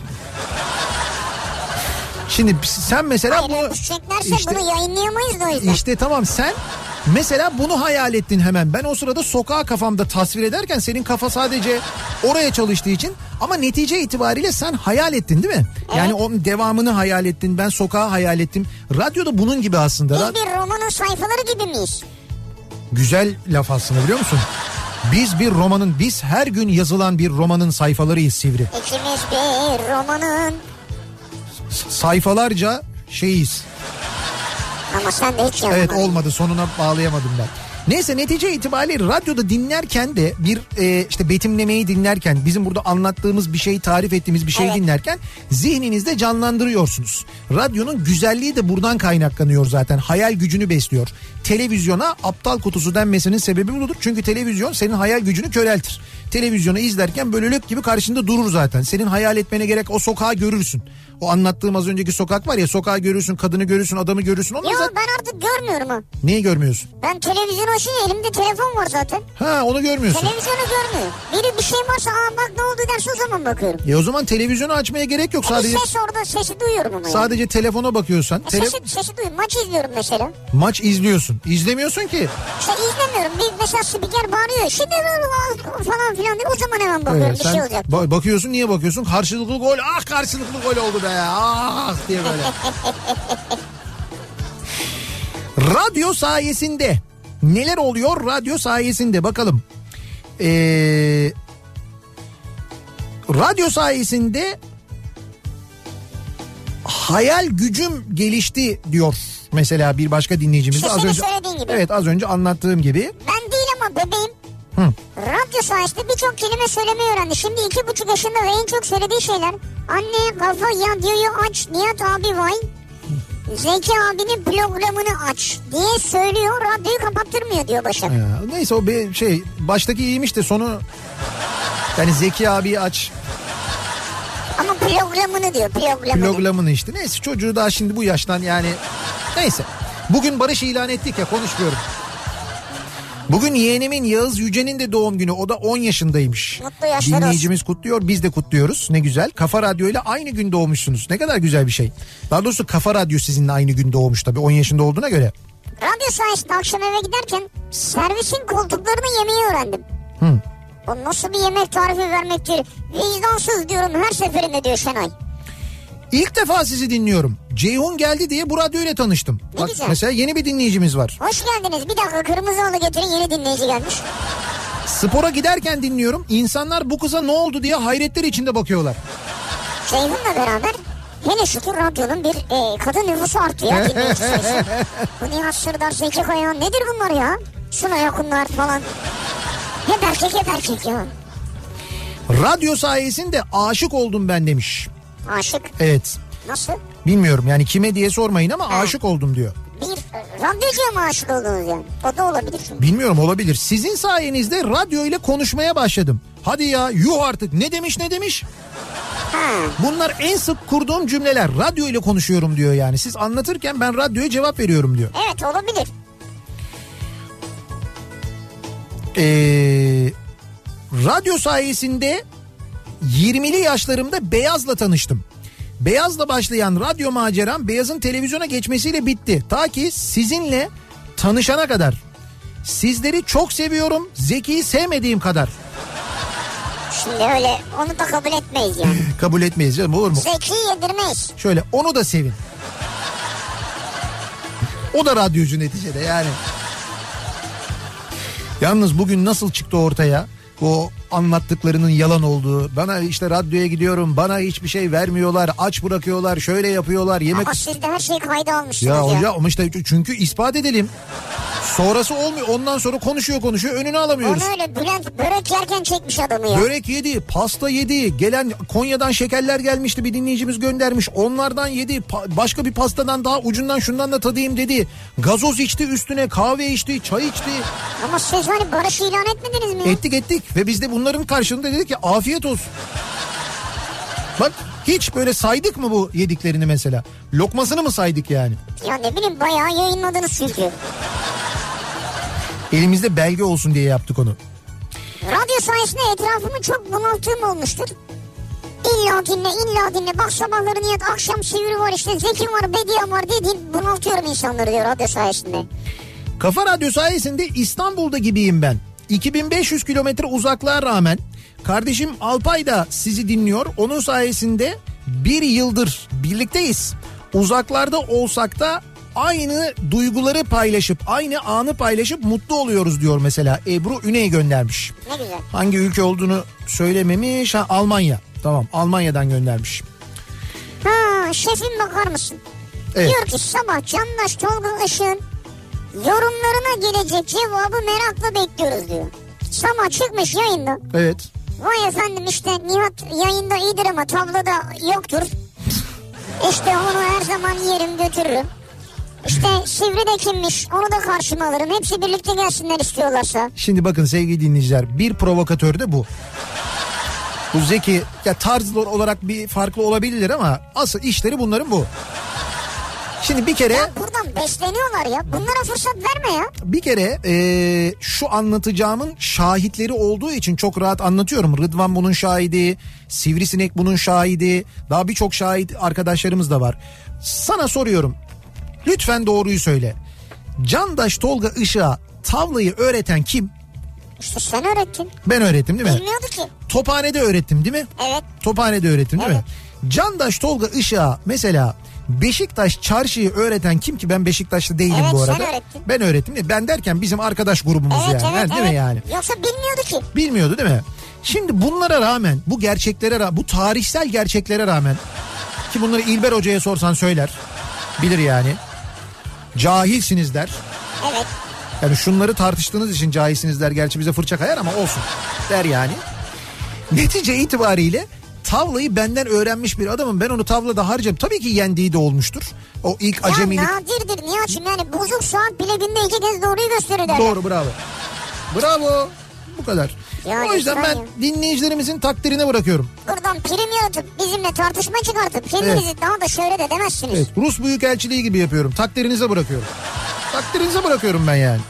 Şimdi sen mesela Hayır, bu öpüşeceklerse işte, bunu yayınlayamayız da o yüzden. İşte tamam, sen mesela bunu hayal ettin hemen. Ben o sırada sokağı kafamda tasvir ederken senin kafa sadece oraya çalıştığı için, ama netice itibariyle sen hayal ettin değil mi? Evet. Yani onun devamını hayal ettin, ben sokağı hayal ettim. Radyoda bunun gibi aslında. Biz bir romanın sayfaları gibi miyiz? Güzel laf aslında, biliyor musun? Biz bir romanın, biz her gün yazılan bir romanın sayfalarıyız Sivri. İkimiz bir romanın. Sayfalarca şeyiz. Ama sen de hiç yazamadın. Evet, olmadı, sonuna bağlayamadım ben. Neyse, netice itibariyle radyoda dinlerken de bir e, işte betimlemeyi dinlerken, bizim burada anlattığımız bir şeyi, tarif ettiğimiz bir şeyi Evet. dinlerken zihninizde canlandırıyorsunuz. Radyonun güzelliği de buradan kaynaklanıyor zaten. Hayal gücünü besliyor. Televizyona aptal kutusu denmesinin sebebi budur. Çünkü televizyon senin hayal gücünü köreltir. Televizyonu izlerken böyle lök gibi karşında durur zaten. Senin hayal etmene gerek, o sokağı görürsün. O anlattığım az önceki sokak var ya, sokağı görürsün, kadını görürsün, adamı görürsün. Onları Yo, zaten... ben artık görmüyorum ha. Neyi görmüyorsun? Ben televizyon açınca elimde telefon var zaten. Ha, onu görmüyorsun. Televizyonu görmüyor. Biri bir şey varsa aa bak ne oldu derse o zaman bakıyorum. E o zaman televizyonu açmaya gerek yok. E Sadece bir ses orada, sesi duyuyorum ama. sadece yani. Telefona bakıyorsan. E Tele... sesi, sesi duyuyorum. Maç izliyorum mesela. Maç izliyorsun. İzlemiyorsun ki. İşte izlemiyorum. Bir mesela spiker bağırıyor. Şimdi falan filan diye o zaman hemen bakıyorum. Evet, bir sen şey olacak. Ba- bakıyorsun, niye bakıyorsun? Karşılıklı gol. Ah, karşılıklı gol oldu be. Ah diye böyle. Radyo sayesinde neler oluyor radyo sayesinde, bakalım. Ee, radyo sayesinde hayal gücüm gelişti diyor mesela bir başka dinleyicimiz de. İşte Az senin önce, söylediğin gibi. evet, az önce anlattığım gibi. Ben değil ama bebeğim. Hı. Radyo sayesinde birçok kelime söylemeyi öğrendi. Şimdi iki buçuk yaşında ve en çok söylediği şeyler: anne kafa radyoyu aç, Nihat abi vay, Zeki abinin programını aç diye söylüyor. Radyoyu kapattırmıyor diyor Başak. Ya, neyse, o bir şey, baştaki iyiymiş de sonu, yani Zeki abi aç. Ama programını diyor, programını. Programını işte. Neyse, çocuğu daha şimdi bu yaştan yani, neyse. Bugün barış ilan ettik ya, konuşmuyorum. Bugün yeğenimin Yağız Yüce'nin de doğum günü. O da on yaşındaymış. Mutlu yaşlar Dinleyicimiz olsun. kutluyor. Biz de kutluyoruz. Ne güzel. Kafa Radyo ile aynı gün doğmuşsunuz. Ne kadar güzel bir şey. Daha doğrusu Kafa Radyo sizinle aynı gün doğmuş tabii, on yaşında olduğuna göre. Radyo sayesinde akşam eve giderken servisin koltuklarını yemeyi öğrendim. Hı. Bu nasıl bir yemek tarifi vermektir? Vicdansız diyorum her seferinde diyor Şenay. İlk defa sizi dinliyorum. Ceyhun geldi diye bu radyo ile tanıştım. Ne Bak güzel. mesela yeni bir dinleyicimiz var. Hoş geldiniz. Bir dakika kırmızı halı getirin, yeni dinleyici gelmiş. Spora giderken dinliyorum. İnsanlar bu kıza ne oldu diye hayretler içinde bakıyorlar. Ceyhun'la beraber hele şükür radyonun bir e, kadın nüfusu arttı ya, dinleyici sayısı. Bu Nihat Sırdar, Zeki Koyan, nedir bunlar ya? Suna Yakınlar falan. Hep erkek hep erkek ya. Radyo sayesinde aşık oldum ben demiş. Aşık. Evet. Nasıl? Bilmiyorum yani kime diye sormayın ama ha. aşık oldum diyor. Bir radyocuya mı aşık oldunuz yani? O da olabilir çünkü. Bilmiyorum, olabilir. Sizin sayenizde radyo ile konuşmaya başladım. Hadi ya, yuh artık, ne demiş ne demiş? Ha. Bunlar en sık kurduğum cümleler. Radyo ile konuşuyorum diyor yani. Siz anlatırken ben radyoya cevap veriyorum diyor. Evet, olabilir. Ee, radyo sayesinde yirmili yaşlarımda Beyaz'la tanıştım. Beyaz'la başlayan radyo maceram Beyaz'ın televizyona geçmesiyle bitti. Ta ki sizinle tanışana kadar. Sizleri çok seviyorum, Zeki'yi sevmediğim kadar. Şimdi öyle onu da kabul etmeyiz yani. Kabul etmeyiz canım, olur mu? Zeki'yi yedirmeyiz. Şöyle, onu da sevin. O da radyocu neticede yani. Yalnız bugün nasıl çıktı ortaya o anlattıklarının yalan olduğu. Bana işte radyoya gidiyorum, bana hiçbir şey vermiyorlar, aç bırakıyorlar, şöyle yapıyorlar, yemek... Ama siz de her şeyi kayda almışsınız ya. Ya hocam ama işte çünkü ispat edelim. Sonrası olmuyor, ondan sonra konuşuyor konuşuyor önünü alamıyoruz. Onu öyle Bülent börek yerken çekmiş adamı ya. Börek yedi, pasta yedi, gelen Konya'dan şekerler gelmişti, bir dinleyicimiz göndermiş, onlardan yedi, pa- başka bir pastadan daha ucundan şundan da tadayım dedi. Gazoz içti üstüne, kahve içti, çay içti. Ama siz hani barış ilan etmediniz mi? Ettik ettik ve biz de bunların karşılığında dedik ki afiyet olsun. Bak hiç böyle saydık mı bu yediklerini mesela? Lokmasını mı saydık yani? Ya ne bileyim, bayağı yayınladınız çünkü. Elimizde belge olsun diye yaptık onu. Radyo sayesinde etrafımı çok bunalttığım olmuştur. İlla dinle, illa dinle. Bak sabahları Nihat, akşam Sivri var, işte Zeki var, Bediye var dediğin bunaltıyorum insanları diyor radyo sayesinde. Kafa Radyo sayesinde İstanbul'da gibiyim ben. iki bin beş yüz kilometre uzaklığa rağmen kardeşim Alpay da sizi dinliyor. Onun sayesinde bir yıldır birlikteyiz. Uzaklarda olsak da aynı duyguları paylaşıp, aynı anı paylaşıp mutlu oluyoruz diyor mesela. Ebru Üney göndermiş. Ne güzel. Hangi ülke olduğunu söylememiş. Ha, Almanya. Tamam, Almanya'dan göndermiş. Ha, şefim bakar mısın? Evet. Diyor ki sabah Candaş Tolga Işık'ın yorumlarına gelecek cevabı merakla bekliyoruz diyor. Sabah çıkmış yayında. Evet. Vay efendim işte Nihat yayında iyidir ama tabloda yoktur. İşte onu her zaman yerim götürürüm. İşte Sivri de kimmiş, onu da karşıma alırım. Hepsi birlikte gelsinler istiyorlarsa. Şimdi bakın sevgili dinleyiciler, bir provokatör de bu. Bu Zeki ya tarz olarak bir farklı olabilirler ama asıl işleri bunların bu. Şimdi bir kere... Ya buradan besleniyorlar ya. Bunlara fırsat verme ya. Bir kere ee, şu anlatacağımın şahitleri olduğu için çok rahat anlatıyorum. Rıdvan bunun şahidi, Sivrisinek bunun şahidi, daha birçok şahit arkadaşlarımız da var. Sana soruyorum, lütfen doğruyu söyle. Candaş Tolga Işık'a tavlayı öğreten kim? İşte sen öğrettin. Ben öğrettim değil mi? Bilmiyordu ki. Tophane'de öğrettim değil mi? Evet. Tophane'de öğrettim değil evet. mi? Candaş Tolga Işık'a mesela Beşiktaş çarşıyı öğreten kim ki? Ben Beşiktaşlı değilim evet, bu arada. sen öğrettin. Ben öğrettim de, ben derken bizim arkadaş grubumuz evet, yani. Evet, değil evet. mi yani? Yoksa bilmiyordu ki. Bilmiyordu değil mi? Şimdi bunlara rağmen, bu gerçeklere rağmen, bu tarihsel gerçeklere rağmen ki bunları İlber Hoca'ya sorsan söyler. Bilir yani. Cahilsiniz der. Evet. Yani şunları tartıştığınız için cahilsiniz der. Gerçi bize fırça kayar ama olsun der yani. Netice itibariyle tavlayı benden öğrenmiş bir adamım. Ben onu tavlada harcam. Tabii ki yendiği de olmuştur. O ilk ya acemilik. Ya nadirdir Nihat'cığım, yani bozuk saat bile günde iki kez doğruyu gösterir derler. Doğru, bravo. Bravo. Bu kadar. Yani o yüzden ben ya. dinleyicilerimizin takdirine bırakıyorum. Buradan prim yaratıp bizimle tartışma çıkartıp kendinizi evet. daha da şöyle de demezsiniz. Evet, Rus Büyükelçiliği gibi yapıyorum. Takdirinize bırakıyorum. Takdirinize bırakıyorum ben yani.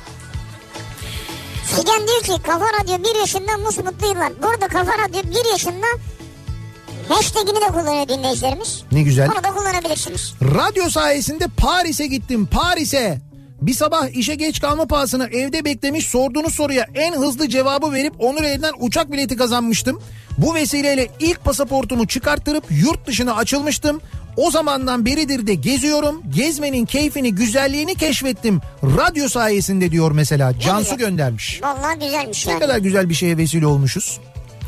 Figen diyor ki Kafa Radyo bir yaşında musmutlu yıllar. Burada Kafa Radyo bir yaşında hashtagini de kullanıyor dinleyicilerimiz. Ne güzel. Onu da kullanabilirsiniz. Radyo sayesinde Paris'e gittim. Paris'e. Bir sabah işe geç kalma pahasına evde beklemiş, sorduğunuz soruya en hızlı cevabı verip Onur Ev'den uçak bileti kazanmıştım. Bu vesileyle ilk pasaportumu çıkarttırıp yurt dışına açılmıştım. O zamandan beridir de geziyorum. Gezmenin keyfini, güzelliğini keşfettim. Radyo sayesinde diyor mesela. Ne Cansu güzel. Göndermiş. Vallahi güzelmiş ne yani. Ne kadar güzel bir şeye vesile olmuşuz.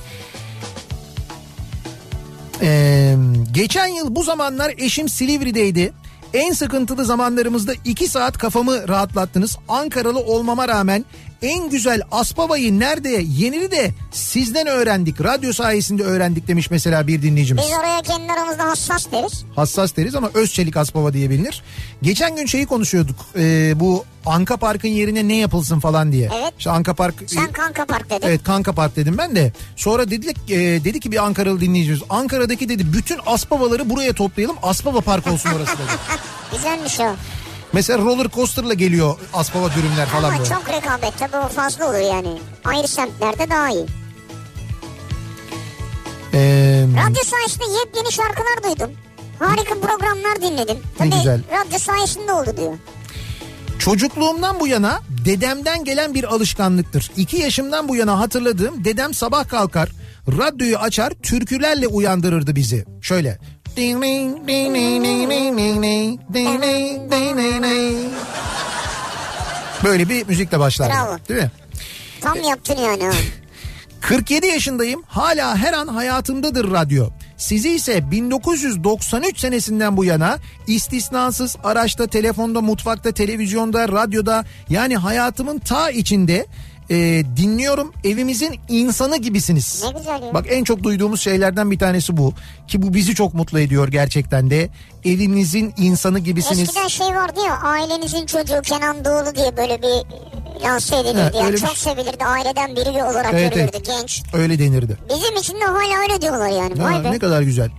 Ee, geçen yıl bu zamanlar eşim Silivri'deydi. En sıkıntılı zamanlarımızda iki saat kafamı rahatlattınız. Ankaralı olmama rağmen en güzel Aspava'yı nerede yeniri de sizden öğrendik. Radyo sayesinde öğrendik demiş mesela bir dinleyicimiz. Biz oraya kendi aramızda hassas deriz. Hassas deriz ama Özçelik Aspava diye bilinir. Geçen gün şeyi konuşuyorduk. Ee, bu Anka Park'ın yerine ne yapılsın falan diye. Evet. İşte Anka Park. Sen Kanka Park dedin. Evet, Kanka Park dedim ben de. Sonra dedik, e, dedi ki bir Ankaralı dinleyicimiz. Ankara'daki dedi bütün Aspavaları buraya toplayalım. Aspava Park olsun orası dedi. Güzelmiş o. Mesela roller coaster'la geliyor Aspava dürümler falan ama böyle. çok rekabet tabii, o fazla olur yani. Ayrı semtlerde daha iyi. Ee, Radyo sayesinde yepyeni şarkılar duydum. Harika programlar dinledim. Tabii ne güzel. Radyo sayesinde oldu diyor. Çocukluğumdan bu yana dedemden gelen bir alışkanlıktır. İki yaşımdan bu yana hatırladığım, dedem sabah kalkar, radyoyu açar, türkülerle uyandırırdı bizi. Şöyle. Böyle bir müzikle başlar. Bravo. Değil mi? Tam yaptın yani. kırk yedi yaşındayım. Hala her an hayatımdadır radyo. Sizi ise bin dokuz yüz doksan üç senesinden bu yana istisnasız araçta, telefonda, mutfakta, televizyonda, radyoda, yani hayatımın ta içinde e, dinliyorum. Evimizin insanı gibisiniz. Ne güzel ya. Bak, en çok duyduğumuz şeylerden bir tanesi bu. Ki bu bizi çok mutlu ediyor gerçekten de. Evimizin insanı gibisiniz. Eskiden şey vardı ya, ailenizin çocuğu Kenan Doğulu diye böyle bir lanse edilirdi. Evet, yani bir... çok sevilirdi, aileden biri olarak evet, görülürdü, evet. genç. Öyle denirdi. Bizim için de hala öyle diyorlar yani. Vay Ha, be. ne kadar güzel.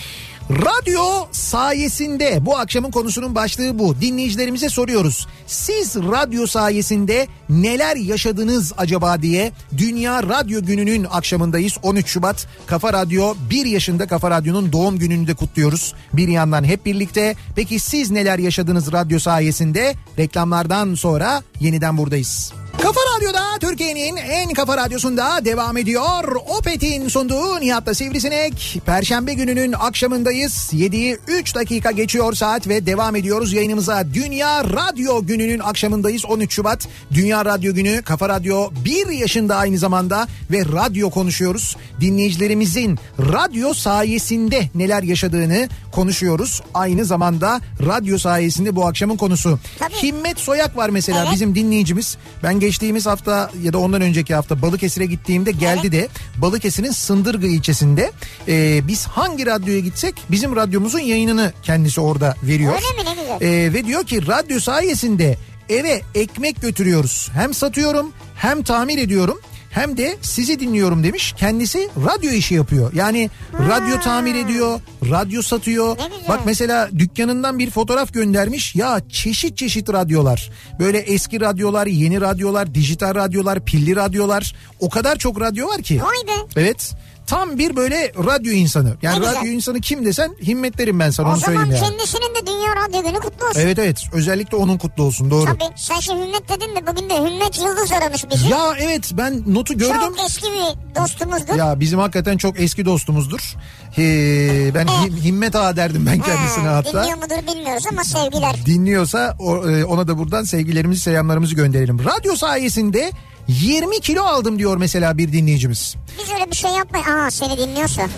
Radyo sayesinde, bu akşamın konusunun başlığı bu. Dinleyicilerimize soruyoruz. Siz radyo sayesinde neler yaşadınız acaba diye. Dünya Radyo Günü'nün akşamındayız. on üç Şubat Kafa Radyo bir yaşında, Kafa Radyo'nun doğum gününü de kutluyoruz. Bir yandan hep birlikte. Peki siz neler yaşadınız radyo sayesinde? Reklamlardan sonra yeniden buradayız. Kafa Radyo'da, Türkiye'nin en kafa radyosunda devam ediyor. Opet'in sunduğu Nihat'la Sivrisinek. Perşembe gününün akşamındayız. yediyi üç dakika geçiyor saat ve devam ediyoruz yayınımıza. Dünya Radyo Günü'nün akşamındayız. on üç Şubat Dünya Radyo Günü. Kafa Radyo bir yaşında aynı zamanda ve radyo konuşuyoruz. Dinleyicilerimizin radyo sayesinde neler yaşadığını konuşuyoruz. Aynı zamanda radyo sayesinde bu akşamın konusu. Tabii. Himmet Soyak var mesela, evet. Bizim dinleyicimiz. Ben geçtiğimiz hafta ya da ondan önceki hafta Balıkesir'e gittiğimde geldi evet. de Balıkesir'in Sındırgı ilçesinde e, biz hangi radyoya gitsek bizim radyomuzun yayınını kendisi orada veriyor. Öyle mi, ne güzel. E, ve diyor ki radyo sayesinde eve ekmek götürüyoruz. Hem satıyorum hem tamir ediyorum. Hem de sizi dinliyorum demiş. Kendisi radyo işi yapıyor. Yani ha. radyo tamir ediyor, radyo satıyor. Bak mesela dükkanından bir fotoğraf göndermiş. Ya çeşit çeşit radyolar. Böyle eski radyolar, yeni radyolar, dijital radyolar, pilli radyolar. O kadar çok radyo var ki. Vay be. Evet. Tam bir böyle radyo insanı. Yani radyo insanı kim desen Himmet derim ben sana, o onu söyleyeyim ya. O zaman kendisinin de Dünya Radyo Günü kutlu olsun. Evet evet, özellikle onun kutlu olsun, doğru. Tabii, sen şimdi Himmet dedin de bugün de Himmet Yıldız aramış bizi. Ya evet, ben notu gördüm. Çok eski bir dostumuzdur. Ya bizim hakikaten çok eski dostumuzdur. Ee, ben him, Himmet Ağa derdim ben kendisine ha, hatta. Dinliyor mudur bilmiyoruz ama sevgiler. Dinliyorsa o, ona da buradan sevgilerimizi, selamlarımızı gönderelim. Radyo sayesinde yirmi kilo aldım diyor mesela bir dinleyicimiz. Biz öyle bir şey yapmayız. Aa, seni dinliyorsa.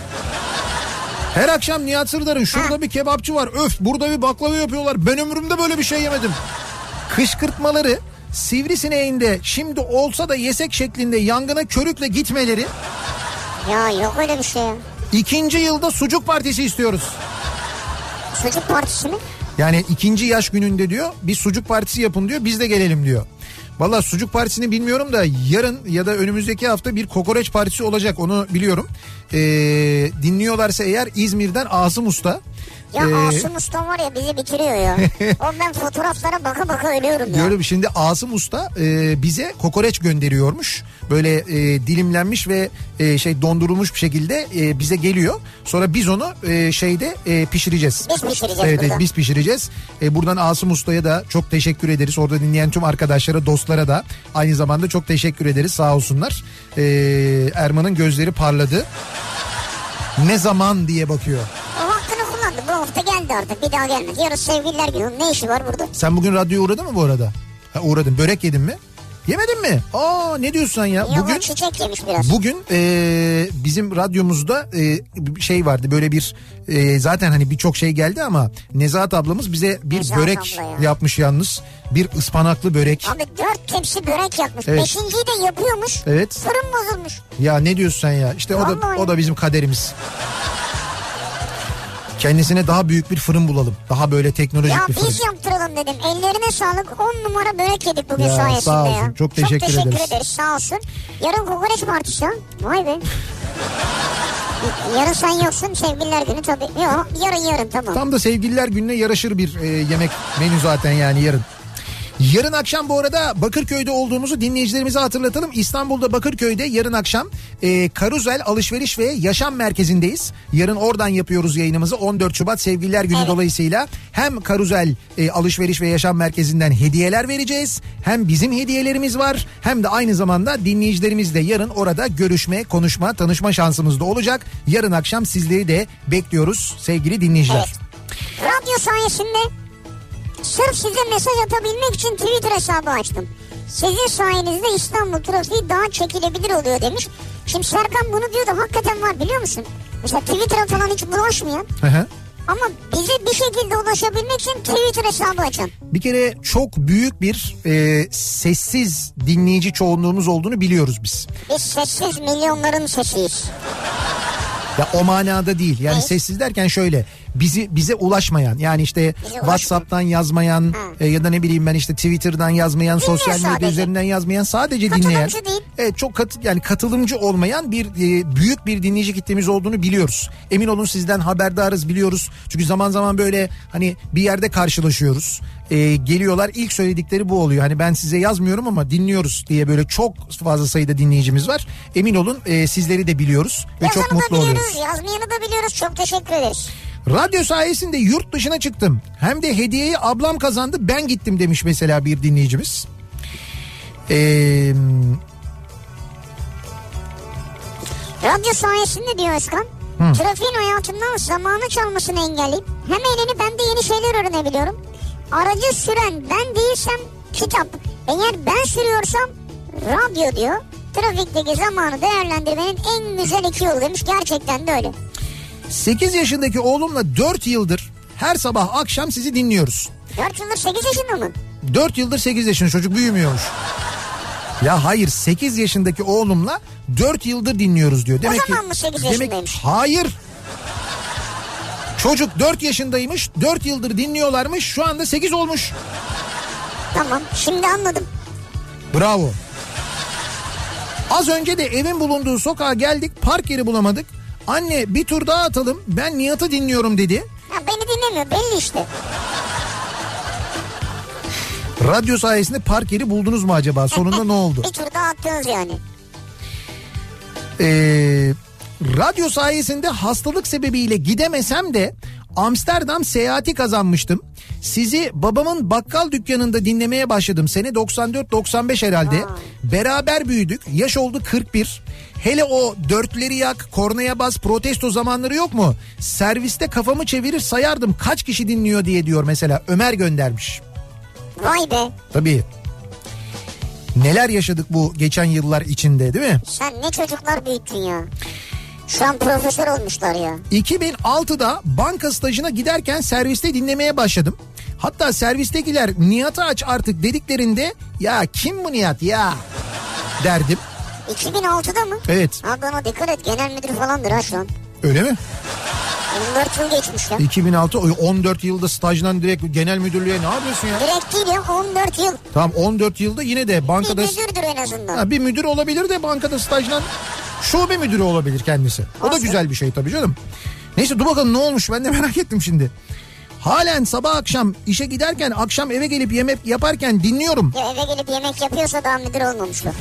Her akşam Nihat Sırdar'ın şurada ha. bir kebapçı var. Öf, burada bir baklava yapıyorlar. Ben ömrümde böyle bir şey yemedim. Kışkırtmaları, sivrisineğinde şimdi olsa da yesek şeklinde yangına körükle gitmeleri. Ya yok öyle bir şey ya. İkinci yılda sucuk partisi istiyoruz. Sucuk partisi mi? Yani ikinci yaş gününde diyor bir sucuk partisi yapın diyor, biz de gelelim diyor. Valla sucuk partisini bilmiyorum da yarın ya da önümüzdeki hafta bir kokoreç partisi olacak, onu biliyorum. Ee, dinliyorlarsa eğer İzmir'den Asım Usta. Ya ee, Asım Usta var ya, bizi bitiriyor ya. O ben fotoğraflara baka baka ölüyorum ya. Diyorum şimdi Asım Usta e, bize kokoreç gönderiyormuş. Böyle e, dilimlenmiş ve e, şey dondurulmuş bir şekilde e, bize geliyor. Sonra biz onu e, şeyde e, pişireceğiz. Biz pişireceğiz evet, burada. Evet, biz pişireceğiz. E, buradan Asım Usta'ya da çok teşekkür ederiz. Orada dinleyen tüm arkadaşlara, dostlara da aynı zamanda çok teşekkür ederiz. Sağ olsunlar. E, Erman'ın gözleri parladı. Ne zaman diye bakıyor. O hakkını kullandı. Bu hafta geldi artık. Bir daha gelmez. Yarın sevgililer günü. Ne işi var burada? Sen bugün radyoya uğradın mı bu arada? Ha, uğradın. Börek yedin mi? Yemedin mi? Aa ne diyorsun sen ya? Yok, bugün çiçek yemiş biraz. Bugün e, bizim radyomuzda e, şey vardı böyle bir e, zaten hani birçok şey geldi ama Nezahat ablamız bize bir Nezahat börek ya. yapmış yalnız. Bir ıspanaklı börek. Abi dört tepsi börek yapmış. Evet. Beşinciyi de yapıyormuş. Evet. Fırın bozulmuş. Ya ne diyorsun sen ya? İşte o da Vallahi. o da bizim kaderimiz. Kendisine daha büyük bir fırın bulalım. Daha böyle teknolojik Ya bir fırın. biz yaptıralım dedim. Ellerine sağlık. On numara börek yedik bugün Ya, sayesinde sağ olsun. ya. Çok teşekkür Çok teşekkür ederiz. ederiz. Sağ olsun. Yarın kokoreç partisi ha. Vay be. Yarın sen yoksun, sevgililer günü tabii. Yok, yarın yarın tamam. Tam da sevgililer gününe yaraşır bir e, yemek menü zaten yani yarın. Yarın akşam bu arada Bakırköy'de olduğumuzu dinleyicilerimize hatırlatalım. İstanbul'da Bakırköy'de yarın akşam e, Karuzel Alışveriş ve Yaşam Merkezi'ndeyiz. Yarın oradan yapıyoruz yayınımızı. on dört Şubat Sevgililer Günü evet. dolayısıyla hem Karuzel e, Alışveriş ve Yaşam Merkezi'nden hediyeler vereceğiz. Hem bizim hediyelerimiz var hem de aynı zamanda dinleyicilerimizle yarın orada görüşme, konuşma, tanışma şansımız da olacak. Yarın akşam sizleri de bekliyoruz sevgili dinleyiciler. Evet. Radyo sayesinde sırf size mesaj atabilmek için Twitter hesabı açtım. Sizin sayenizde İstanbul trafiği daha çekilebilir oluyor demiş. Şimdi Serkan bunu diyor da hakikaten var biliyor musun? Mesela Twitter'a falan hiç bulaşmayan. Hı hı. Ama bize bir şekilde ulaşabilmek için Twitter hesabı açan. Bir kere çok büyük bir e, sessiz dinleyici çoğunluğumuz olduğunu biliyoruz biz. Biz sessiz milyonların sesiyiz. Ya o manada değil. Yani ne? Sessiz derken şöyle bizi bize ulaşmayan yani işte bize WhatsApp'tan yazmayan e, ya da ne bileyim ben işte Twitter'dan yazmayan, dinliyor sosyal medya sadece. Üzerinden yazmayan, sadece katılımcı dinleyen. Değil. Evet çok kat, yani katılımcı olmayan bir e, büyük bir dinleyici kitlemiz olduğunu biliyoruz. Emin olun sizden haberdarız, biliyoruz. Çünkü zaman zaman böyle hani bir yerde karşılaşıyoruz. E, geliyorlar, ilk söyledikleri bu oluyor. Hani ben size yazmıyorum ama dinliyoruz diye böyle çok fazla sayıda dinleyicimiz var. Emin olun e, sizleri de biliyoruz ve Yazanı çok mutlu da biliyoruz, oluyoruz. yazmayanı da biliyoruz. Çok teşekkür ederiz. Radyo sayesinde yurt dışına çıktım. Hem de hediyeyi ablam kazandı, ben gittim demiş mesela bir dinleyicimiz. Eee... Radyo sayesinde diyor Özkan. Hı. Trafiğin hayatımdan zamanı çalmasını engelleyip hem eğlenip hem de yeni şeyler öğrenebiliyorum. Aracı süren ben değilsem kitap. Eğer ben sürüyorsam radyo diyor. Trafikteki zamanı değerlendirmenin en güzel iki yolu demiş. Gerçekten de öyle. sekiz yaşındaki oğlumla dört yıldır her sabah akşam sizi dinliyoruz. dört yıldır sekiz yaşında mı? dört yıldır sekiz yaşında, çocuk büyümüyormuş. Ya hayır, sekiz yaşındaki oğlumla dört yıldır dinliyoruz diyor. Demek o zaman ki, mı sekiz demek, yaşındaymış? Hayır. Çocuk dört yaşındaymış, dört yıldır dinliyorlarmış, şu anda sekiz olmuş. Tamam, şimdi anladım. Bravo. Az önce de evin bulunduğu sokağa geldik, park yeri bulamadık. Anne bir tur daha atalım, ben Nihat'ı dinliyorum dedi. Ya beni dinlemiyor belli işte. Radyo sayesinde park yeri buldunuz mu acaba? Sonunda ne oldu? Bir tur daha attınız yani. Ee, radyo sayesinde hastalık sebebiyle gidemesem de Amsterdam seyahati kazanmıştım. Sizi babamın bakkal dükkanında dinlemeye başladım. Sene doksan dört doksan beş herhalde. Ha. Beraber büyüdük. Yaş oldu kırk bir. Hele o dörtleri yak, kornaya bas, protesto zamanları yok mu? Serviste kafamı çevirir sayardım kaç kişi dinliyor diye diyor mesela. Ömer göndermiş. Vay be. Tabii. Neler yaşadık bu geçen yıllar içinde, değil mi? Sen ne çocuklar büyüttün ya. Şu an profesör olmuşlar ya. iki bin altıda banka stajına giderken serviste dinlemeye başladım. Hatta servistekiler Nihat'ı aç artık dediklerinde ya kim bu Nihat ya derdim. iki bin altıda mı? Evet. Abi ona dikkat et, genel müdür falandır ha şu an. Öyle mi? on dört yıl geçmiş ya. iki bin altı on dört yılda stajdan direkt genel müdürlüğe ne yapıyorsun ya? Direkt değil ya, on dört yıl. Tamam, on dört yılda yine de bankada... Bir müdürdür en azından. Ha, bir müdür olabilir de bankada stajdan şube müdürü olabilir kendisi. O Olsun. da güzel bir şey tabii canım. Neyse dur bakalım ne olmuş, ben de merak ettim şimdi. Halen sabah akşam işe giderken, akşam eve gelip yemek yaparken dinliyorum. Ya eve gelip yemek yapıyorsa daha müdür olmamıştır.